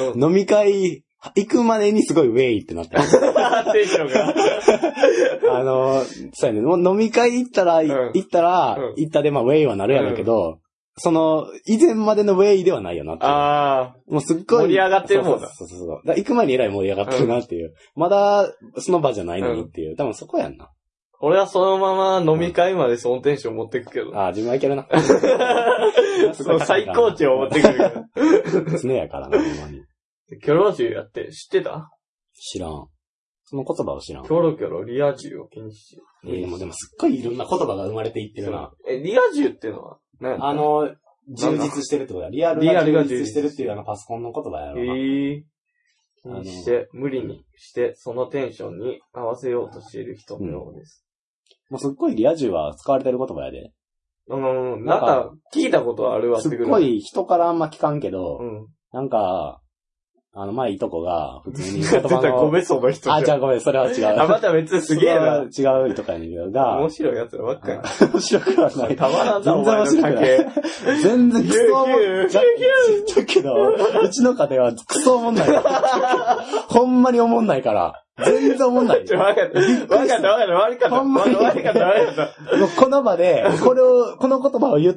うん、飲み会、行くまでにすごいウェイってなってる。 テンションが。 あの、そうやね。もう飲み会行ったら、うん、行ったら、うん、行ったでまあウェイはなるやろうけど、うん、その、以前までのウェイではないよなっていう。ああ。もうすっごい。 盛り上がってるもんだ。 そうそうそうそう。だ行く前にえらい盛り上がってるなっていう。うん、まだ、その場じゃないのにっていう。多分そこやんな。 俺はそのまま飲み会までそのテンション持ってくけど。 うん、ああ、自分はいけるな。 その最高値を持ってくる。 常やからな、ほんまに。 キョロ銃やって知ってた？ 知らん。その言葉を知らん。 キョロキョロリア充を禁止。 えー、でもでもすっごいいろんな言葉が生まれていってるな。 え、リア充ってのは何？ あの、充実してるってことだ。リアルが充実してるっていうあのパソコンの言葉やろな。へえ。 気にして、無理にして、そのテンションに合わせようとしている人のようです。 うん、もうすっごいリア充は使われてる言葉やで。 うん、なんか、聞いたことあるわってくる。すっごい人からあんま聞かんけど、うん、なんか、あの、前いとこが、普通に言葉の。 ごめん、その人。 あ、じゃあごめん、それは違う。 あ、また別にすげえな。 違うとかやねんけど、が。 面白いやつらばっかり。 面白くはない。 たまらんな、 全然面白くない。全然クソおもんない。だけど、うちの家庭はクソおもんない。ほんまにおもんないから。全然おもんない。 ちょ、わかった。わかった、わかった、悪かった。ほんまに。悪かった、悪かった。 もうこの場で、これを、この言葉を言って、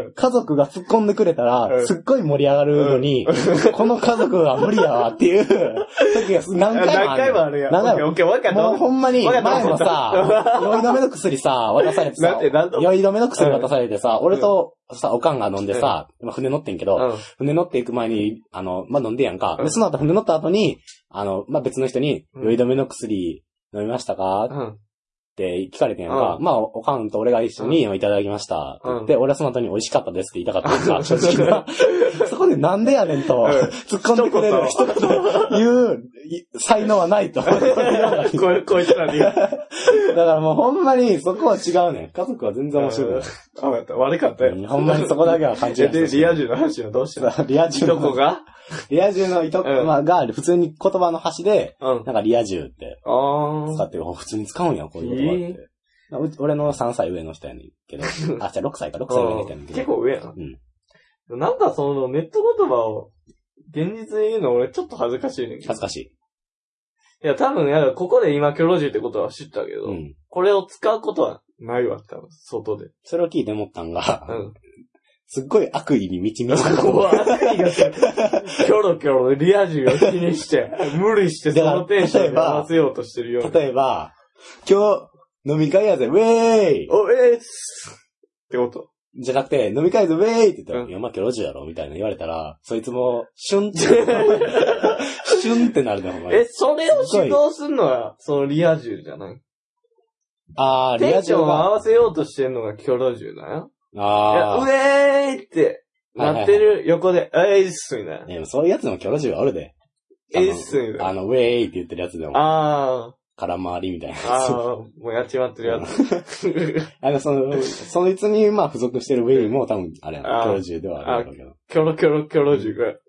家族が突っ込んでくれたら、すっごい盛り上がるのに、この家族は無理やわっていう時が何回もある。 何回もあるやん。何回も。オッケー、わかった。 もうほんまに、前もさ、酔い止めの薬さ、渡されてさ、酔い止めの薬渡されてさ、俺と、さ、おかんが飲んでさ、今船乗ってんけど、船乗っていく前に、あの、まあ、飲んでやんか。で、その後船乗った後に、あの、まあ、別の人に、酔い止めの薬飲みましたか、うん、って聞かれてんやんか。うん、まあ、おかんと俺が一緒にいただきました。うん、で、俺はその後に美味しかったですって言いたかったんか、正直な。そこでなんでやねんと、突っ込んでくれる人という才能はないと。こい、こいつらに。だからもうほんまにそこは違うねん。家族は全然面白い。 あ、悪かったよ。 ほんまにそこだけは感じない。 で、リア充の話はどうしたの？ リア充の。 いとこがリア充のいとこが、普通に言葉の端で、なんかリア充って使ってる。普通に使うんや、こういう言葉って。俺のさんさい上の人やねんけど。あ、じゃあろくさいか、ろくさい上の人やねんけど。 結構上やな。うん。なんかそのネット言葉を現実で言うの俺ちょっと恥ずかしいねんけど。 恥ずかしい。 いや、多分、いや、ここで今キョロジーってことは知ったけど、うん、これを使うことはないわ、多分、外で。 それを聞いて思ったんが、うん。すっごい悪意に満ち満ちた。 悪意がする。キョロキョロリア充を気にして、無理してそのテンションに合わせようとしてるよ。 例えば、今日飲み会やぜ、ウェーイお、えーすってことじゃなくて、飲み会でウェーイって言ったら、うん、いや、まあ、キョロジーやろみたいな言われたら、そいつも、シュンって、シュンってなるね、ほんまに。 え、それを指導するのは、そのリア充じゃない？ あー、リア充。 テンションを合わせようとしてるのがキョロジーだよ。あー。ウェーイってなってる横で、えいっすみたいな。 いや、そういうやつでもキョロジーはあるで。 えいっすみたいな。 あの、ウェーイって言ってるやつでも。 あー。 空回りみたいな。 ああ、もうやっちまってるやつ。 あの、その、そいつに、まあ、付属してるウェイも多分、あれやな、キョロジュではあるんだけど。 キョロキョロキョロジュが。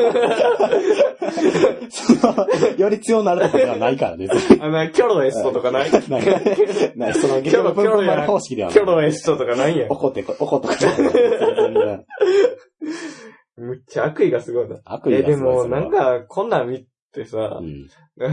その、より強なるとかではないからです。 あの、キョロエストとかないない。 ない。その、 キョロキョロや方式ではない。 キョロエストとかないやん。 怒って、怒って。 むっちゃ悪意がすごいな。 悪意がすごい。 え、でも、なんか、こんなん見てさ、うん、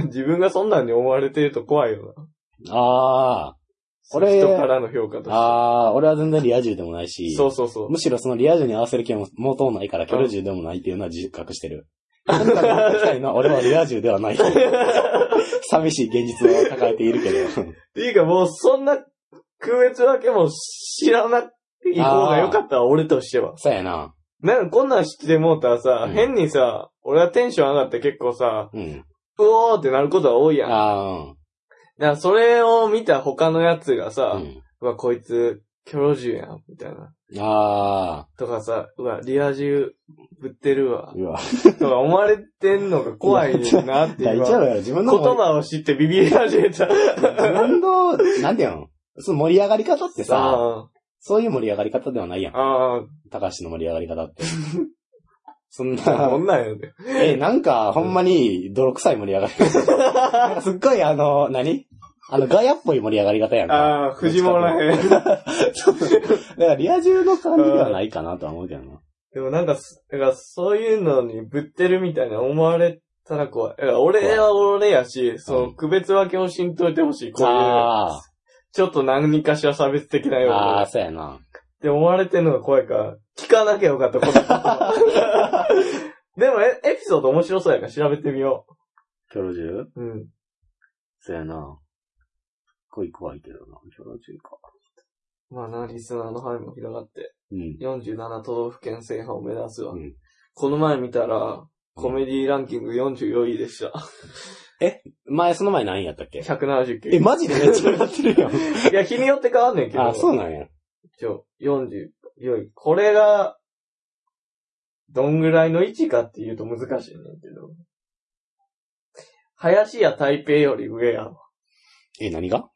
自分がそんなんに思われてると怖いよな。ああ。俺、 人からの評価として。 ああ、俺は全然リア充でもないし。 そうそうそう。 むしろそのリア充に合わせる気も毛頭ないから、キョロ充でもないっていうのは自覚してる。今回の機会の俺はリア充ではない。寂しい現実を抱えているけど。 っていうかもう、そんな区別分けも知らない方が良かったわ、俺としては。 そうやな。 なんかこんなん知ってもうたらさ、うん、変にさ、俺はテンション上がって結構さ、うん、うおーってなることが多いやん。あうん、だからそれを見た他のやつがさ、うん、うわ、こいつ、キョロジュやん、みたいな。あー。とかさ、うわ、リア充ぶってるわ。うわ。とか思われてんのが怖いなっていう。大丈夫やろ、自分の。言葉を知ってビビり始めた。 自分の、なんていうのその盛り上がり方ってさ、そういう盛り上がり方ではないやん。ああ。高橋の盛り上がり方って。 そんな。 そんなんやで。 え、なんか、ほんまに、泥臭い盛り上がり。なんかすっごい、あの、何あの、ガヤっぽい盛り上がり方やんか。 ああ、藤本らへん。 そう。だからリア充の感じではないかなとは思うけどな。 でもなんか、だからそういうのにぶってるみたいな思われたら怖い。だから俺は俺やし、そう、区別分けをしんといてほしい。こういう。あちょっと何かしら差別的なような。 ああ、そうやな。 って思われてるのが怖いから、聞かなきゃよかった、このことは。でもエ、エピソード面白そうやから調べてみよう。 キョロジュうん。 そうやな。恋怖いけどな、キョロジュか。 まあな、リスナーの範囲も広がって、 うん、 よんじゅうなな都道府県制覇を目指すわ。うん、この前見たら、コメディランキングよんじゅうよんいでした。 え前、その前何位やったっけ ?ひゃくななじゅうきゅう。え、マジでめっちゃ上がってるやん。いや、日によって変わんねんけど。 あ、そうなんや。 ちょ、よんじゅうよんい。これが、どんぐらいの位置かっていうと難しいねんけど。林や台北より上やわ。 え、何が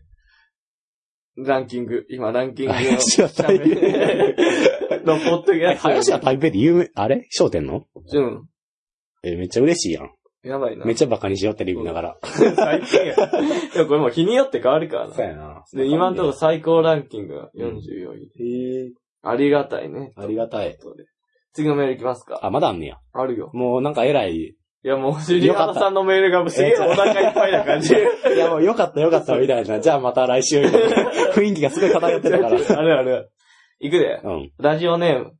ランキング。今、ランキングの。 林や台北のポッドキャスト。 林や台北って有名、あれ商店のうん。 え、めっちゃ嬉しいやん。 やばいな。 めっちゃバカにしようテレビ見ながら。 最近や。でもこれもう日によって変わるからな。 そうやな。 で、今のところ最高ランキングがよんじゅうよんい。 へえ。 ありがたいね。 ありがたい。 次のメールいきますか。 あ、まだあんねや。 あるよ。 もうなんか偉い。 いやもう、シリアさんのメールがすげえお腹いっぱいな感じ。 いやもうよかったよかったみたいな。じゃあまた来週みたいな。雰囲気がすごい漂ってたから。 あるある。いくで。 うん。 ラジオネーム。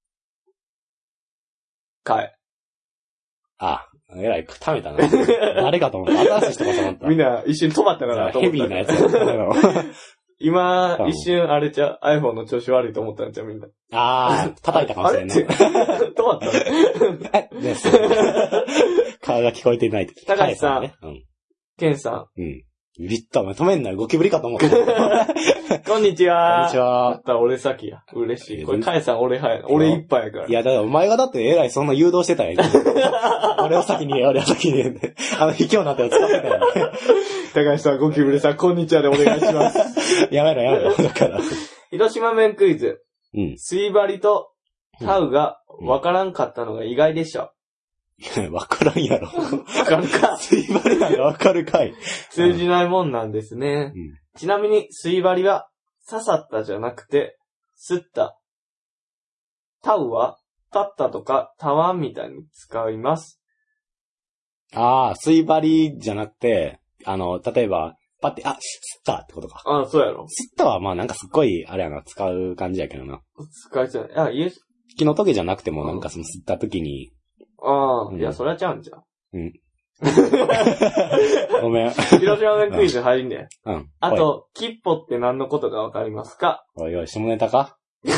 かえ。 あ、えらい、ためたな。誰かと思った。新しい人かと思った。 みんな一瞬止まったかなと思った。 ヘビーなやつ。 今、うん、一瞬あれちゃう、iPhone の調子悪いと思ったんちゃうみんな。 あー、叩いたかもしれんない。 止まったえ、です。顔が聞こえてないとき。 高橋さん。 ね、うん。 ケンさん。うん。リッター、止めんなよ。ゴキブリかと思った。 こんにちは。 こんにちは。 だったら俺先や。嬉しい。これ、カエさん俺派やな。俺一杯やから。 いや、だからお前がだってえらいそんな誘導してたやん。俺を先に言え、俺を先に言え。あの、卑怯な手を使ってたやん。 高橋さん、ゴキブリさん、こんにちはでお願いします。 やめろ、やめろ。だから。 広島弁クイズ。 うん。 水針とタウが分からんかったのが意外でした。 いや、わからんやろ。 わかるか。 水針なんかわかるかい。 通じないもんなんですね。うん、ちなみに、水針は、刺さったじゃなくて、吸った。タウは、立ったとか、たわんみたいに使います。 ああ、水針じゃなくて、あの、例えば、パって、あ、吸ったってことか。 ああ、そうやろ。 吸ったは、まあなんかすっごい、あれやな、使う感じやけどな。 使いそうや。あ、いえ。 気の時じゃなくても、なんかその吸った時に、 ああ、うん、いや、そりゃちゃうんじゃん。 うん。ごめん。 広島弁クイズ入んね。 うん。 あと、キッポって何のことかわかりますか？ おいおい、下ネタか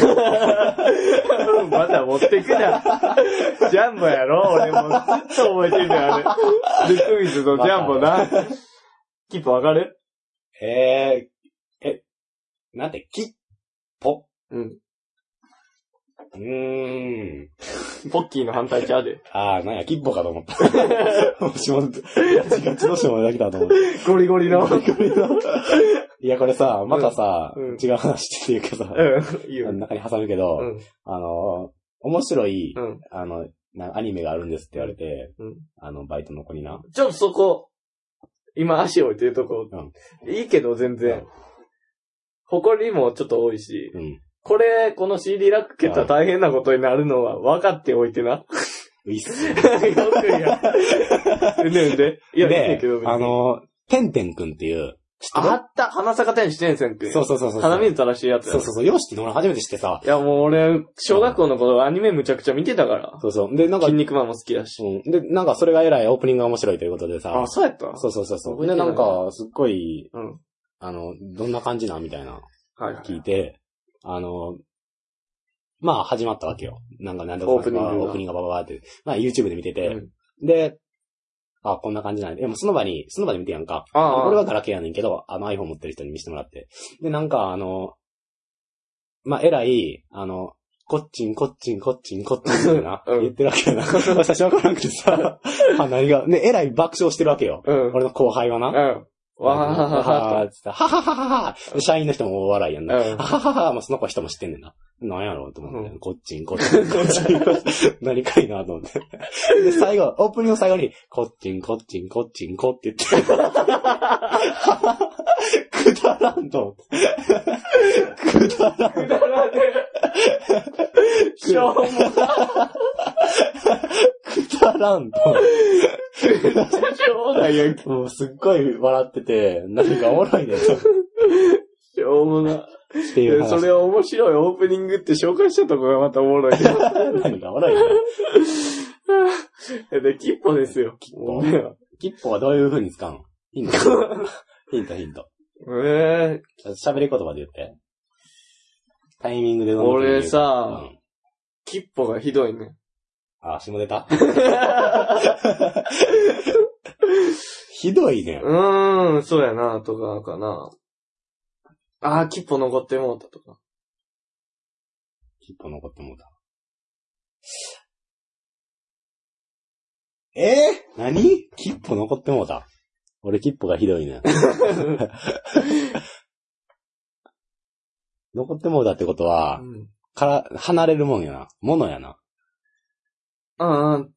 まだ持ってくな。ジャンボやろ俺もずっと覚えてるからね。で、クイズのジャンボな。キッポわかる？ えー、え、なんて、キッポ？ うん。 うーん。 ポッキーの反対ちゃうで。 ああ、なんや、キッポかと思った。下ネタ、ガチの下ネタ来たと思った。 ゴリゴリの。 ゴリゴリの。いや、これさ、またさ、うん、違う話っていうかさ、 うん、いいよ。 中に挟むけど、 うん、 あの、面白い、 うん、 あの、アニメがあるんですって言われて、 うん、 あの、バイトの子にな。 ちょっとそこ、今足置いてるとこ、うん、いいけど全然、誇りもちょっと多いし、 うん、 これ、この シーディー ラック蹴ったら大変なことになるのは分かっておいてな。 いいっすね。 よくや。ねんで。いや、いいけど。 あの、てんてんくんっていう、 あった、花坂天使天線くん。 そうそうそうそう。 鼻水垂らしてるやつや。 そうそうそう。よしっての俺初めて知ってさ。 いやもう俺、小学校の頃アニメむちゃくちゃ見てたから。 そうそう。で、なんか。 筋肉マンも好きだし。 うん。で、なんかそれが偉いオープニングが面白いということでさ。 あ、そうやった？ そうそうそうそう。で、なんか、すっごい、 うん。 あの、どんな感じなみたいな。 はい。 聞いて、あの、まあ始まったわけよ。なんかなんだかオープニングオープニングがバババって。まあ YouTube で見てて。うん、で、あ、こんな感じなんで。でもその場に、その場で見てやんか。 ああ。 俺はガラケーやねんけど、あの iPhone 持ってる人に見せてもらって。で、なんかあの、まあ偉い、あの、こっちんこっちんこっちんこっちんってな、うん、言ってるわけよな。最初わからなくてさ、あ、何が、ね、偉い爆笑してるわけよ。 うん、 俺の後輩はな。 うんわははははは。ははははは。社員の人も大笑いやんな。はははは。まあ、その子人も知ってんねんな。なんやろうと思って。こっちん、こっちん、こっちん。何かいなと思って。で、最後、オープニングの最後に、こっちん、こっちん、こっちん、こって言って。くだらんと思って。くだらん。くだらん。 しょうもな。 くだらんと。 めっちゃしょうもないやんけ。 もうすっごい笑ってて、何かおもろいね。しょうもな。っていうそれを面白いオープニングって紹介したとこがまたおもろい。 何かおもろいね。 で、キッポですよ。 キッポキッポはどういう風に使うの？ヒント。ヒント、ヒント。 ええー。喋り言葉で言って。タイミングでどんどん俺さ、うん、キッポがひどいね。 あ、下出たひどいね。 うーん、そうやな、とかかな。あー、キッポ残ってもうたとか。 キッポ残ってもうた。えー、何キッポ残ってもうた。俺キッポがひどいね。残ってもうたってことは、うん、から、離れるもんやな。ものやな。 ああ、うん。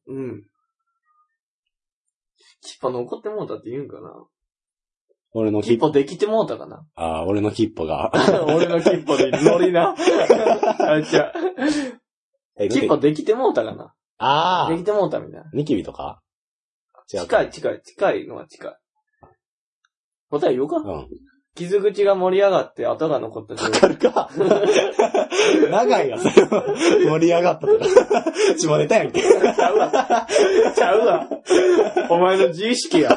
キッポ残ってもうたって言うんかな。 俺のキッポできてもうたかな。 ああ、俺のキッポが。 俺のキッポで乗りな。あいちゃ。キッポできてもうたかな。 ああ。 できてもうたみたいな。 ニキビとか違う。近い近い、近いのは近い。答え言おうか？うん。傷口が盛り上がって跡が残った状態。わかるか長いわ、それは。盛り上がったとか。下ネタやんけ。ちゃうわ。ちゃうわ。お前の自意識や。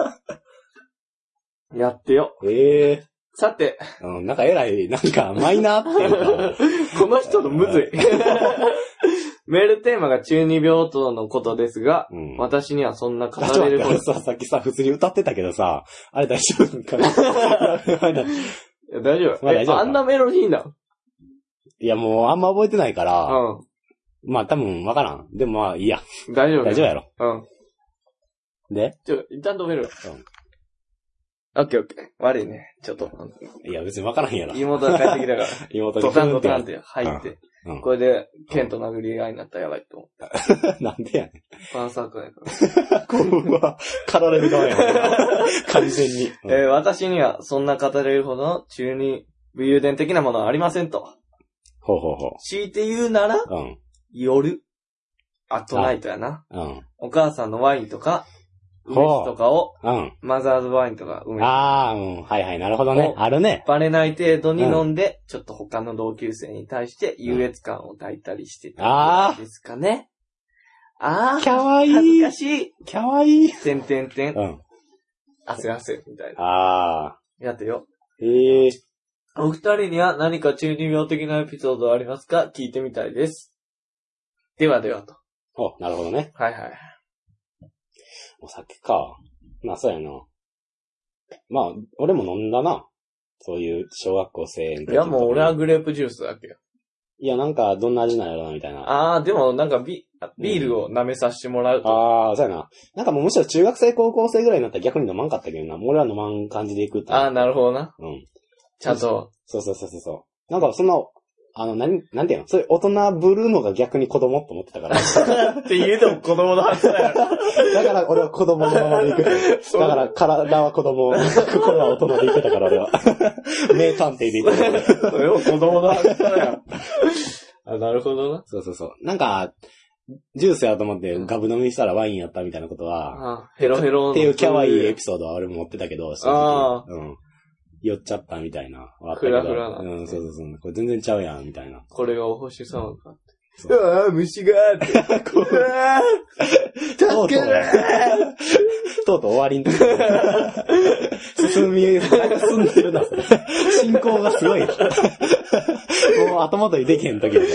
やってよ。 ええー。 さて。 うん、なんか偉い、なんかマイナーっていうか。この人のむずい。メールテーマが中二病とのことですが、うん、私にはそんな語れること。 さ、さっきさ、普通に歌ってたけどさ、あれ大丈夫かないや大丈夫。まあ、大丈夫あんなメロディーな。 いやもうあんま覚えてないから、うん、まあ多分わからん。でもまあいいや。 大丈夫。 大丈夫やろ。 うん。 でちょ、一旦止める。うん。オッケーオッケー。悪いね。ちょっと。 いや別にわからんやろ。 妹が帰ってきたから。 妹が。ドタンドタンって入って。うん、これで、剣と殴り合いになったらやばいと思った。 なんでやねん。 パンサークやから。 こうは、語れる側やん。完全に。 うん、えー、私にはそんな語れるほどの中二武勇伝的なものはありませんと。 ほうほうほう。 強いて言うなら、うん、夜。アットナイトやな。うん。お母さんのワインとか、梅酒とかを、うん。マザーズワインとか梅酒。 ああ、うん。はいはい、なるほどね。あるね。 バレない程度に飲んで、うん、ちょっと他の同級生に対して優越感を抱いたりしてたんですかね。ああ。 かわいい。 恥ずかしい。 かわいい。 てんてんてん。 うん。 汗汗みたいな。 ああ。 やってよ。 へえ。 お二人には何か中二病的なエピソードありますか？聞いてみたいです。ではではと。 お、なるほどね。 はいはい。 お酒か。まあそうやな。まあ、俺も飲んだな。そういう小学校生の時。 いやもう俺はグレープジュースだけよ。 いやなんかどんな味なんやろなみたいな。 ああ、でもなんかビ、ビールを舐めさせてもらうと。 うん、ああ、そうやな。なんかもうむしろ中学生高校生ぐらいになったら逆に飲まんかったけどな。俺は飲まん感じでいくって。 ああ、なるほどな。 うん。 ちゃんと。 そうそうそうそうそう。なんかそんな、あの、なん、なんていうの？そういう大人ぶるのが逆に子供って思ってたから。 って言うと子供のはずだよ。 だから俺は子供のままで行く。だから体は子供、心は大人で行ってたから俺は。名探偵で行ってた。 それを子供のはずだよ。あ、なるほどな。 そうそうそう。なんか、ジュースやと思ってガブ飲みしたらワインやったみたいなことは。 あヘロヘロ。 っていうキャワイイエピソードは俺も持ってたけど、あうん。酔っちゃったみたいな。 フラフラな。 うん、そうそうそう。これ全然ちゃうやん、みたいな。 これがお星様かって。うわぁ、虫がーって。うわぁ、助けろーとうとう終わりんと進み、進んでるな。進行がすごい。もう後戻りできへん時だから。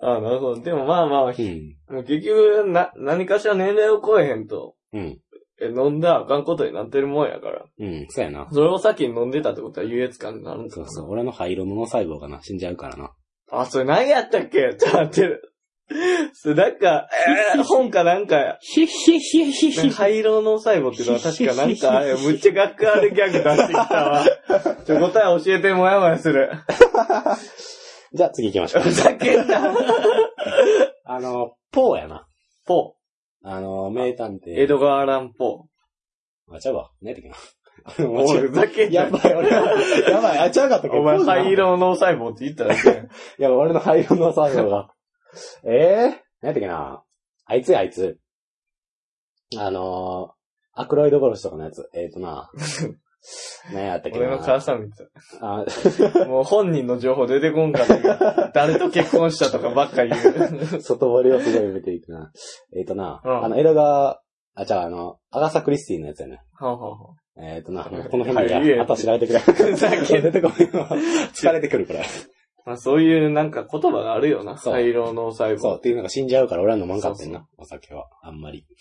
ああ、なるほど。でもまあまあ、うん、もう結局、な、何かしら年齢を超えへんと。うん。え、飲んだらあかんことになってるもんやから。 うん、そうやな。 それを先に飲んでたってことは優越感になるんだ。 そうそう、俺の灰色の細胞がな、死んじゃうからな。 あ、それ何やったっけってなってる。 なんか、えー、本かなんか、 ひひひひひ。 灰色の細胞っていうのは確かなんか、むっちゃ学科あるギャグ出してきたわ。ちょ、答え教えてもやもやする。 じゃあ次行きましょう。 ふざけんな。 あの、ポーやな。 ポー。あの、名探偵。 エドガー・アラン・ポー。あ、ちゃうわ。何やったっけな。 おい、ふざけんな。 やばい、俺。やばい、あ、ちゃうかったっけ。 お前、灰色の細胞って言っただけ。 いや、俺の灰色の細胞が。えぇ、ー、何やったっけな。あいつや、あいつ。あのー、アクロイド殺しとかのやつ。えーとな。何やったっけな。 俺の母さんみたい。あもう本人の情報出てこんかったけど、誰と結婚したとかばっか言う。 外堀をすごい見ていくな。えーとな、うん、あの、江戸川、あ、じゃあ、あの、アガサ・クリスティのやつやね。 はあはあ、 えーとな、この辺でや、あとは調べてくれ。出てこいよ。疲れてくるから。 まあ、そういうなんか言葉があるよな。灰色の細胞。 そう、っていうのが死んじゃうから俺は飲まんかってんな。そうそうお酒は。あんまり。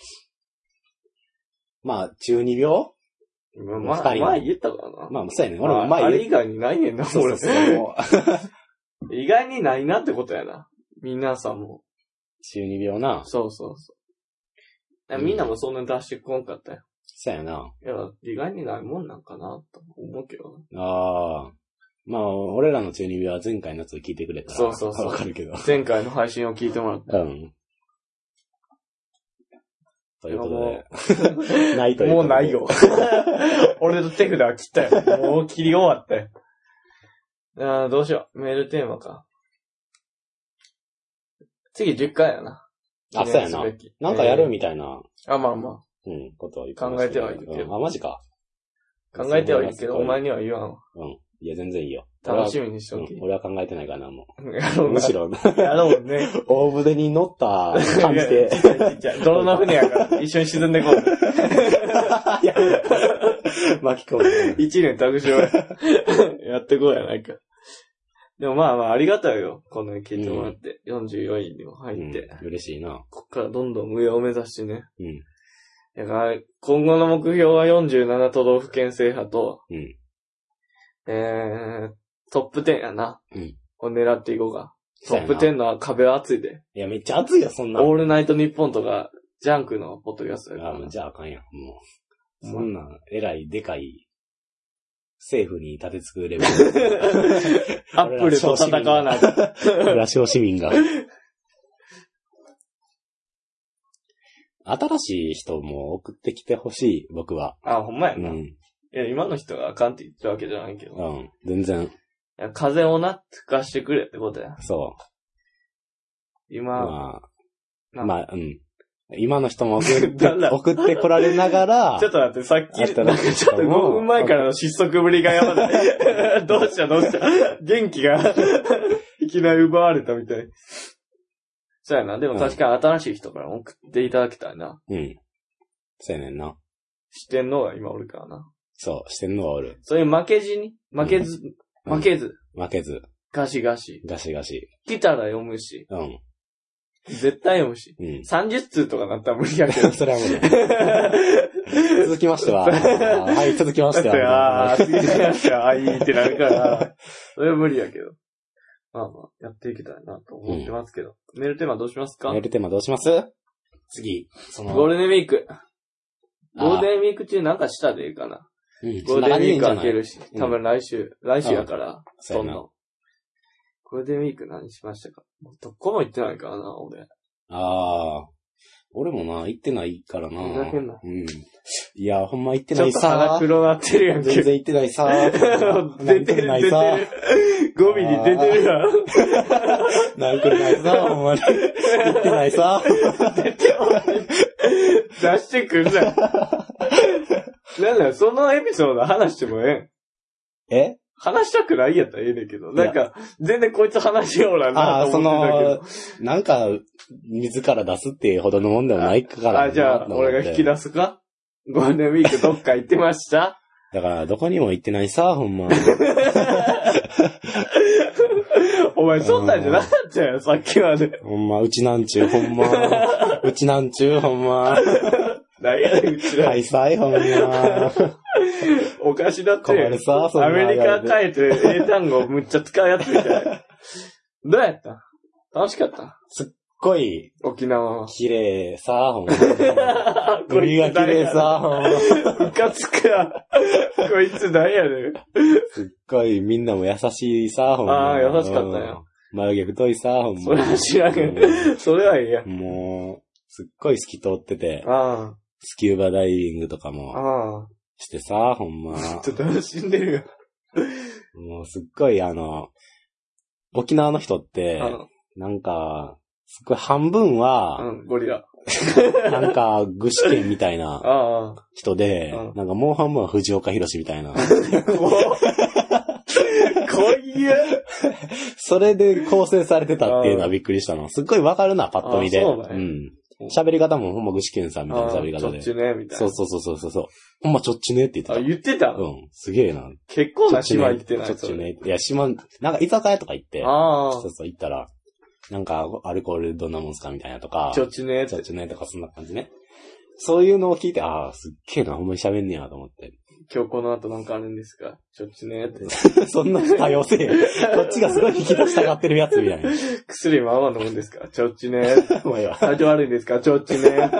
まあ、中二病まあ、前言ったからな。 まあ、そうやね。俺も前言った。 あれ以外にないねんな、俺。そうそう意外にないなってことやな。皆さんも。 中二病な。 そうそうそう。みんなもそんなに出してこんかったよ。 そうやな。 いや、意外にないもんなんかな、と思うけどな。ああ。まあ、俺らの中二病は前回のやつを聞いてくれたら。 そうそうそう。 わかるけど。 前回の配信を聞いてもらった。 うん。ということで。ないというもうないよ。俺の手札は切ったよ。もう切り終わったよ。ああ、どうしよう。メールテーマか。次じゅっかいやな。 あ、そうやな。なんかやるみたいな。 あ、まあまあ。 うん、ことを言って考えてはいるけど。 あ、マジか。 考えてはいるけど、お前には言わんわ。 うん。いや、全然いいよ。 楽しみにしとき。 俺は考えてないからな、もう。やろうむしろ。 やろうね。 大船に乗った感じで。 泥の船やから、一緒に沈んでこう。 巻き込む。 一年託しをやってこうやないか。でもまあまあありがたいよ。この聞いてもらって。うん、よんじゅうよんいにも入って、 うん。嬉しいな。 こっからどんどん上を目指してね。 うん。 だから今後の目標はよんじゅうなな都道府県制覇と、 うん、 えー、トップじゅうやな。 うん。 を狙っていこうか。トップじゅうの壁は厚いで。 いや、めっちゃ厚いよ、そんな。 オールナイトニッポンとか、ジャンクのポッドキャストやから。 あ、じゃああかんやん。もう。そんな、えらい、でかい、政府に立てつくレベル。 アップルと戦わない。 俺ら小市民が。新しい人も送ってきてほしい、僕は。 あ、ほんまやな。 うん。 いや、今の人があかんって言ってるわけじゃないけど。 うん、全然。いや、風をな、吹かしてくれってことや。 そう。 今、 まあ、まあ、うん。今の人も送って、送ってこられながら。 ちょっと待って、さっき、なんかちょっとごふんまえからの失速ぶりがやばない。どうしたどうした元気が、いきなり奪われたみたい。そうやな。でも確かに新しい人から送っていただきたいな。 うん。そうやねんな。 四天王が今おるからな。 そう、四天王がおる。 そういう負けじに負けず、うん、負けず。 負けず。 ガシガシ。 ガシガシ。 来たら読むし。 うん。 絶対読むし。 うん。 さんじゅっつうとかなったら無理やけど。 それは無理。続きましては。はい、続きましては。 ああ、続きましては、あいいってなるから。それは無理やけど。まあまあ、やっていきたいなと思ってますけど。うん、メールテーマどうしますか？ メールテーマどうします？次。 そのゴールデンウィーク。ゴールデンウィーク中なんかしたでいいかな。 うん、 ゴールデンウィーク開けるし。多分来週、うん、来週やから、どんどん。ゴールデンウィーク何しましたか？どこも行ってないからな、俺。 ああ。俺もな、行ってないからな。 ふざけんな。 うん。いや、ほんま行ってないさ。 ちょっと腹黒なってるやんけ。 全然行ってないさ。 出てる、出てる。ゴミに出てるやん。 なんくるないさ、ほんまに。行ってないさ。 出てる。出してくんな。なんだ、そのエピソード話してもええん。え話したくないやったらええねんけど。なんか、全然こいつ話しようななと思ってたけど。 ああ、その、なんか、自ら出すっていうほどのもんでもないからな。 あ、じゃあ、俺が引き出すか？ゴールデンウィークどっか行ってました？ だから、どこにも行ってないさ、ほんま。 お前、そんなんじゃなかったよ、さっきまで。 ほんま、うちなんちゅう、ほんま。うちなんちゅう、ほんま。 何やねん、うちら。 はいさい、ほんま。 おかしだって。 困るさ、そんな。 アメリカ帰って英単語むっちゃ使うやつみたい。どうやった？楽しかった？ すっごい、 沖縄。 綺麗さ、ほんまに。海が綺麗さ、ほんま。 ムカつくわ。こいつ何やねん。 すっごい、みんなも優しいさ、ほんま。 ああ、優しかったよ。 眉毛太いさ、ほんま。 それは知らんけど。それはいいや。 もう、すっごい透き通ってて。 ああ。 スキューバダイビングとかも。 ああ。 してさ、ほんま。 ちょっと楽しんでるよ。 もうすっごいあの、沖縄の人って、なんか、すっごい半分は、 うん、ゴリラ。 なんか、具志堅みたいな人で、なんかもう半分は藤岡弘みたいな。こいや。 それで構成されてたっていうのはびっくりしたの。すっごいわかるな、パッと見で。 そうだね。 うん喋り方もほんま具志堅さんみたいな喋り方で。 ちょっちね、みたいな。そうそうそうそうそう。ほんまちょっちねって言ってた。 あ、言ってたうん。すげえな。 結構な島行ってない。 ちょっちね。いや、島、なんか居酒屋とか行って、 ああ。 そうそう行ったら、なんかアルコールどんなもんすかみたいなとか。 ちょっちね。 ちょっちねとかそんな感じね。そういうのを聞いて、ああ、すっげえな、ほんまに喋んねやと思って。 今日この後なんかあるんですかちょっちねって。 そんな多様性。こっちがすごい引き出したがってるやつみたいな。 薬まあまあ飲むんですかちょっちね。もういいわ。体調悪いんですかちょっちね。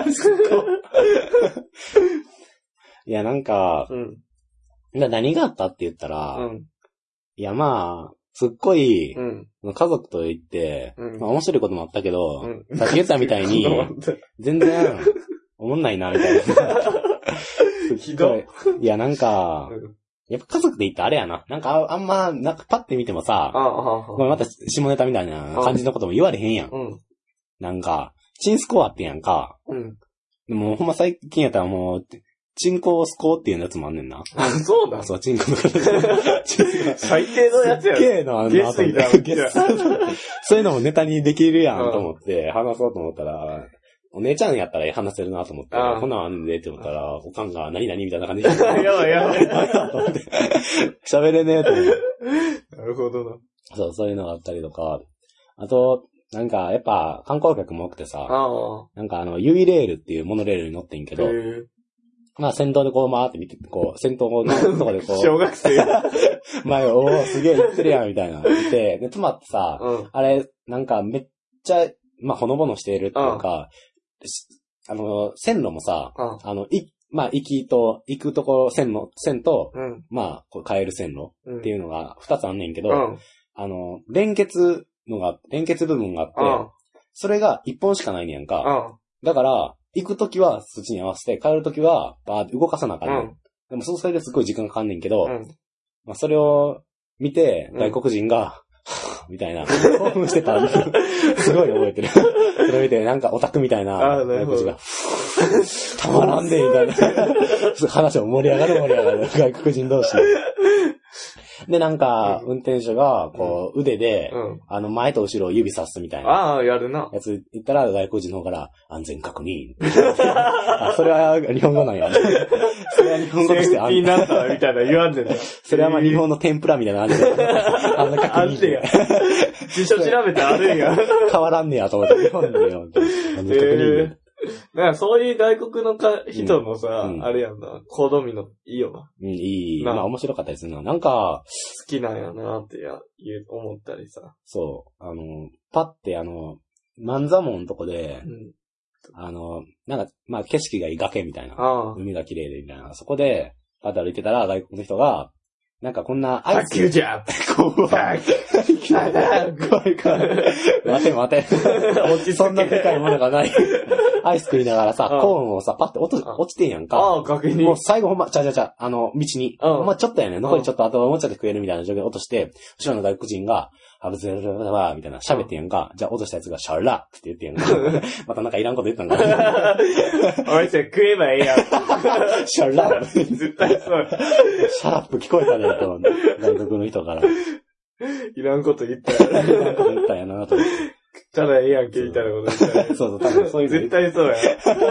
いや、なんか、 うん、 何があったって言ったら、 うん、 いや、まあ、すっごい、 うん、 家族と行って、 うん、 まあ面白いこともあったけど、 うん、 さっき言ったみたいに、全然、思んないな、みたいな。 ひどい。 いや、なんか、うん、やっぱ家族で行ったあれやな。なんか、あんま、なんかパッて見てもさ、ごめん、また下ネタみたいな感じのことも言われへんやん。 うん、 なんか、チンスコアってやんか。 うん、 でも、ほんま最近やったらもう、チンコスコっていうやつもあんねんな。 あ、そうだ。 そう、チンコの形。 最低のやつやすっげえな、あんな。 ゲスいだろ。 そういうのもネタにできるやんと思って話そうと思ったら、お姉ちゃんやったら話せるなと思って、こんなんあんでって思ったら、おかんが何々みたいな感じで。 やばいやばい。 喋れねえと思って。 なるほどな。 そう、そういうのがあったりとか。あと、なんか、やっぱ、観光客も多くてさ、なんかあの、ユイレールっていうモノレールに乗ってんけど、まあ、先頭でこう回って見て、こう、先頭のとこでこう。 小学生前を、おー、すげえ行ってるやん、みたいな。見て、で、止まってさ、 うん、 あれ、なんかめっちゃ、まあ、ほのぼのしているっていうか、うん、あの、線路もさ、うん、あの、い、まあ、行きと、行くところ、線の、線と、うん、まあ、こう変える線路っていうのが二つあんねんけど、うん、あの、連結のが、連結部分があって、うん、それが一本しかないねんか。うん、だから、行くときはそっちに合わせて、帰るときはバーって動かさなあかんねん。うん、でもそれですごい時間かかんねんけど、うん、まあそれを見て、外国人が、うん、みたいな、興奮してた。すごい覚えてる。それ見て、なんかオタクみたいな外国人が、たまらんで、みたいな。話も盛り上がる盛り上がる。外国人同士で。で、なんか、運転手が、こう、腕で、うん、あの、前と後ろを指さすみたいな。 ああ、やるな。 やつ言ったら、外国人の方から、安全確認。あ、それは日本語なんや。それは日本語として安全。セーフティーナンバーみたいな言わんでね。 それはまあ日本の天ぷらみたいな感じで。あんな確認。 あんねや。辞書調べたらあるんや。 変わらんねやと思って。日本でよ。安全確認。 なんかそういう外国のか人のさ、うん、あれやんな、好みのいいよな。 うん、いい。まあ面白かったりするな。なんか、 好きなんやなってや、思ったりさ。 そう。あの、パってあの、万座門のとこで、うん、あの、なんか、まあ景色がいい崖みたいな。ああ海が綺麗でみたいな。そこで、パって歩いてたら外国の人が、なんかこんなアイス。卓球じゃん怖い。怖い怖い。待て待て。そんなでかいものがない。アイス食いながらさ、コーンをさ、パッて落と、落ちてんやんか。 ああ、崖に。 もう最後ほんま、ちゃちゃちゃ、あの、道に。ほんまちょっとやねん。残りちょっとあとおもちゃで食えるみたいな状況で落として、後ろの外国人が、ハブゼルララみたいな喋ってんやんか。じゃあ落としたやつがシャラって言ってんやんか。またなんかいらんこと言ったんかな。 おい、それ食えばええやん。 シャラ絶対そう。 シャラップ聞こえたね、と思って。外国の人から。 いらんこと言ったやいらんこと言ったんやな、と思って。 ただええやんけ、みたいなこと言ったら。 そうそう、多分そういう。 絶対そうや。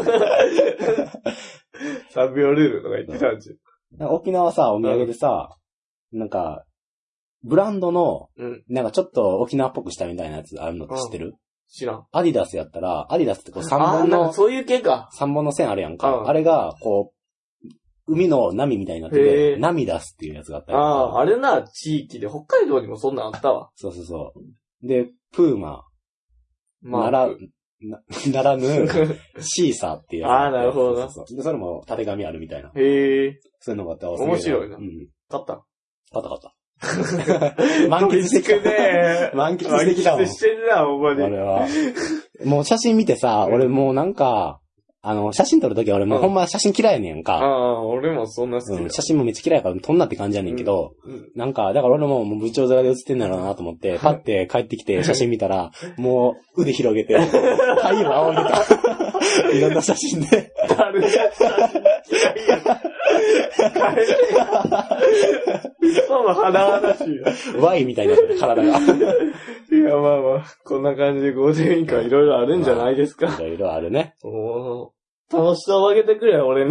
さんびょうルールとか言ってたんじゃん。沖縄さ、お土産でさ、なんか、ブランドの、うん、なんかちょっと沖縄っぽくしたみたいなやつあるのって知ってる？うん、 知らん。 アディダスやったら、アディダスってこうさんぼんの、 そういう系か。 さんぼんの線あるやんか。うん、あれが、こう、海の波みたいになってて、波出すっていうやつがあったりとか。 ああ、あれな、地域で、北海道にもそんなんあったわ。 そうそうそう。で、プーマ。まあ、奈良、 な、ならぬ、シーサーっていうやつ。 ああ、なるほどな。 そうそうで、それも縦紙あるみたいな。 へえ。 そういうのがあって、 面白いな。 うん。 買った買った買った。満喫してきた。 ね。 満喫してきたもん。 満喫してるな、ほんまに。 俺は。もう写真見てさ、俺もうなんか、あの、写真撮るときは俺もうほんま写真嫌いやねんか。 ああ、俺もそんな好き、 うん。写真もめっちゃ嫌いやから撮んなって感じやねんけど、うんうん、なんか、だから俺ももう部長面で写ってんだろうなと思って、パッて帰ってきて写真見たら、もう腕広げて、太陽仰いでた。いろんな写真で。 誰が写真嫌いやった。そうも華々しいよ。 ワインみたいになってる、体が。 いや、まあまあ、こんな感じでゴールデンウィークはいろいろあるんじゃないですか。 いろいろあるね。 お楽しさをあげてくれよ、俺に。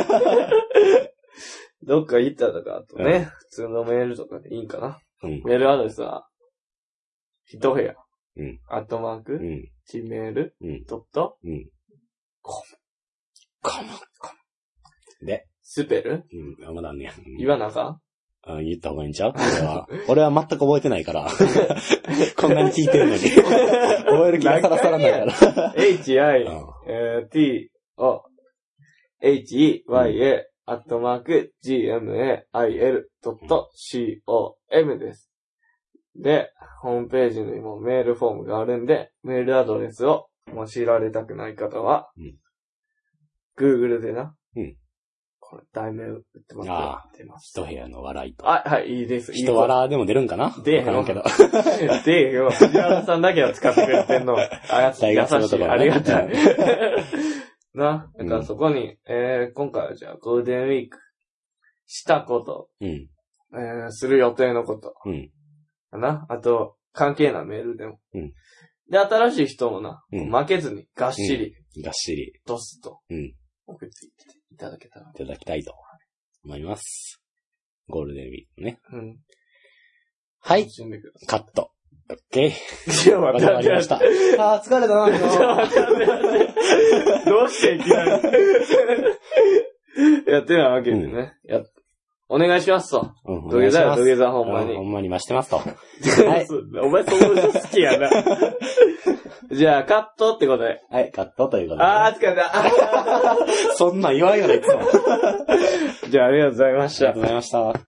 どっか行ったとか、あとね、うん、普通のメールとかでいいんかな。うん、メールアドレスは、一部屋、うん、アットマーク、うん、ジメール、うん、ドット、うん、コム。 コム。コム。で、 スペルうん、あ、まだあんねや。 言わなあかんあ、言った方がいいんちゃう俺は。俺は全く覚えてないから。こんなに聞いてるのに。覚える気がさらさらないから。 エイチアイティーオーエイチイーワイエー アットマーク ジーエムエーアイエル ドット コム です。で、ホームページにもメールフォームがあるんで、メールアドレスをもし知られたくない方は、うん、Google でな、うん、これ題名打ってます。 ああ、一部屋の笑いと。 あ、はい、いいです。 人笑でも出るんかな出えへんけど。出えへんよ。藤原さんだけは使ってくれてんの。あやつ優しい。ありがたい。な。だからそこに、うん、えー、今回はじゃあゴールデンウィークしたこと、うん、えー、する予定のこと、うん、かな。あと、関係なメールでも。うん、で、新しい人もな、うん、負けずにがっしり、 うん、がっしり、 ドスと、うん、送っていただけたら。 いただきたいと思います。ゴールデンウィークね。うん。はい。カット。オッケー。いや、また、ました。あー、疲れたな、 どうしていきなり。やってないわけでね。うん、や、お願いしますと。うん、土下座よ、土下座ほんまに。 ほんまに増してますと。はい。お前その人好きやな。じゃあ、カットってことで。 はい、カットということで、 ね。あー、疲れた。 そんなん言わんよね、いつも。 じゃあ、ありがとうございました。 ありがとうございました。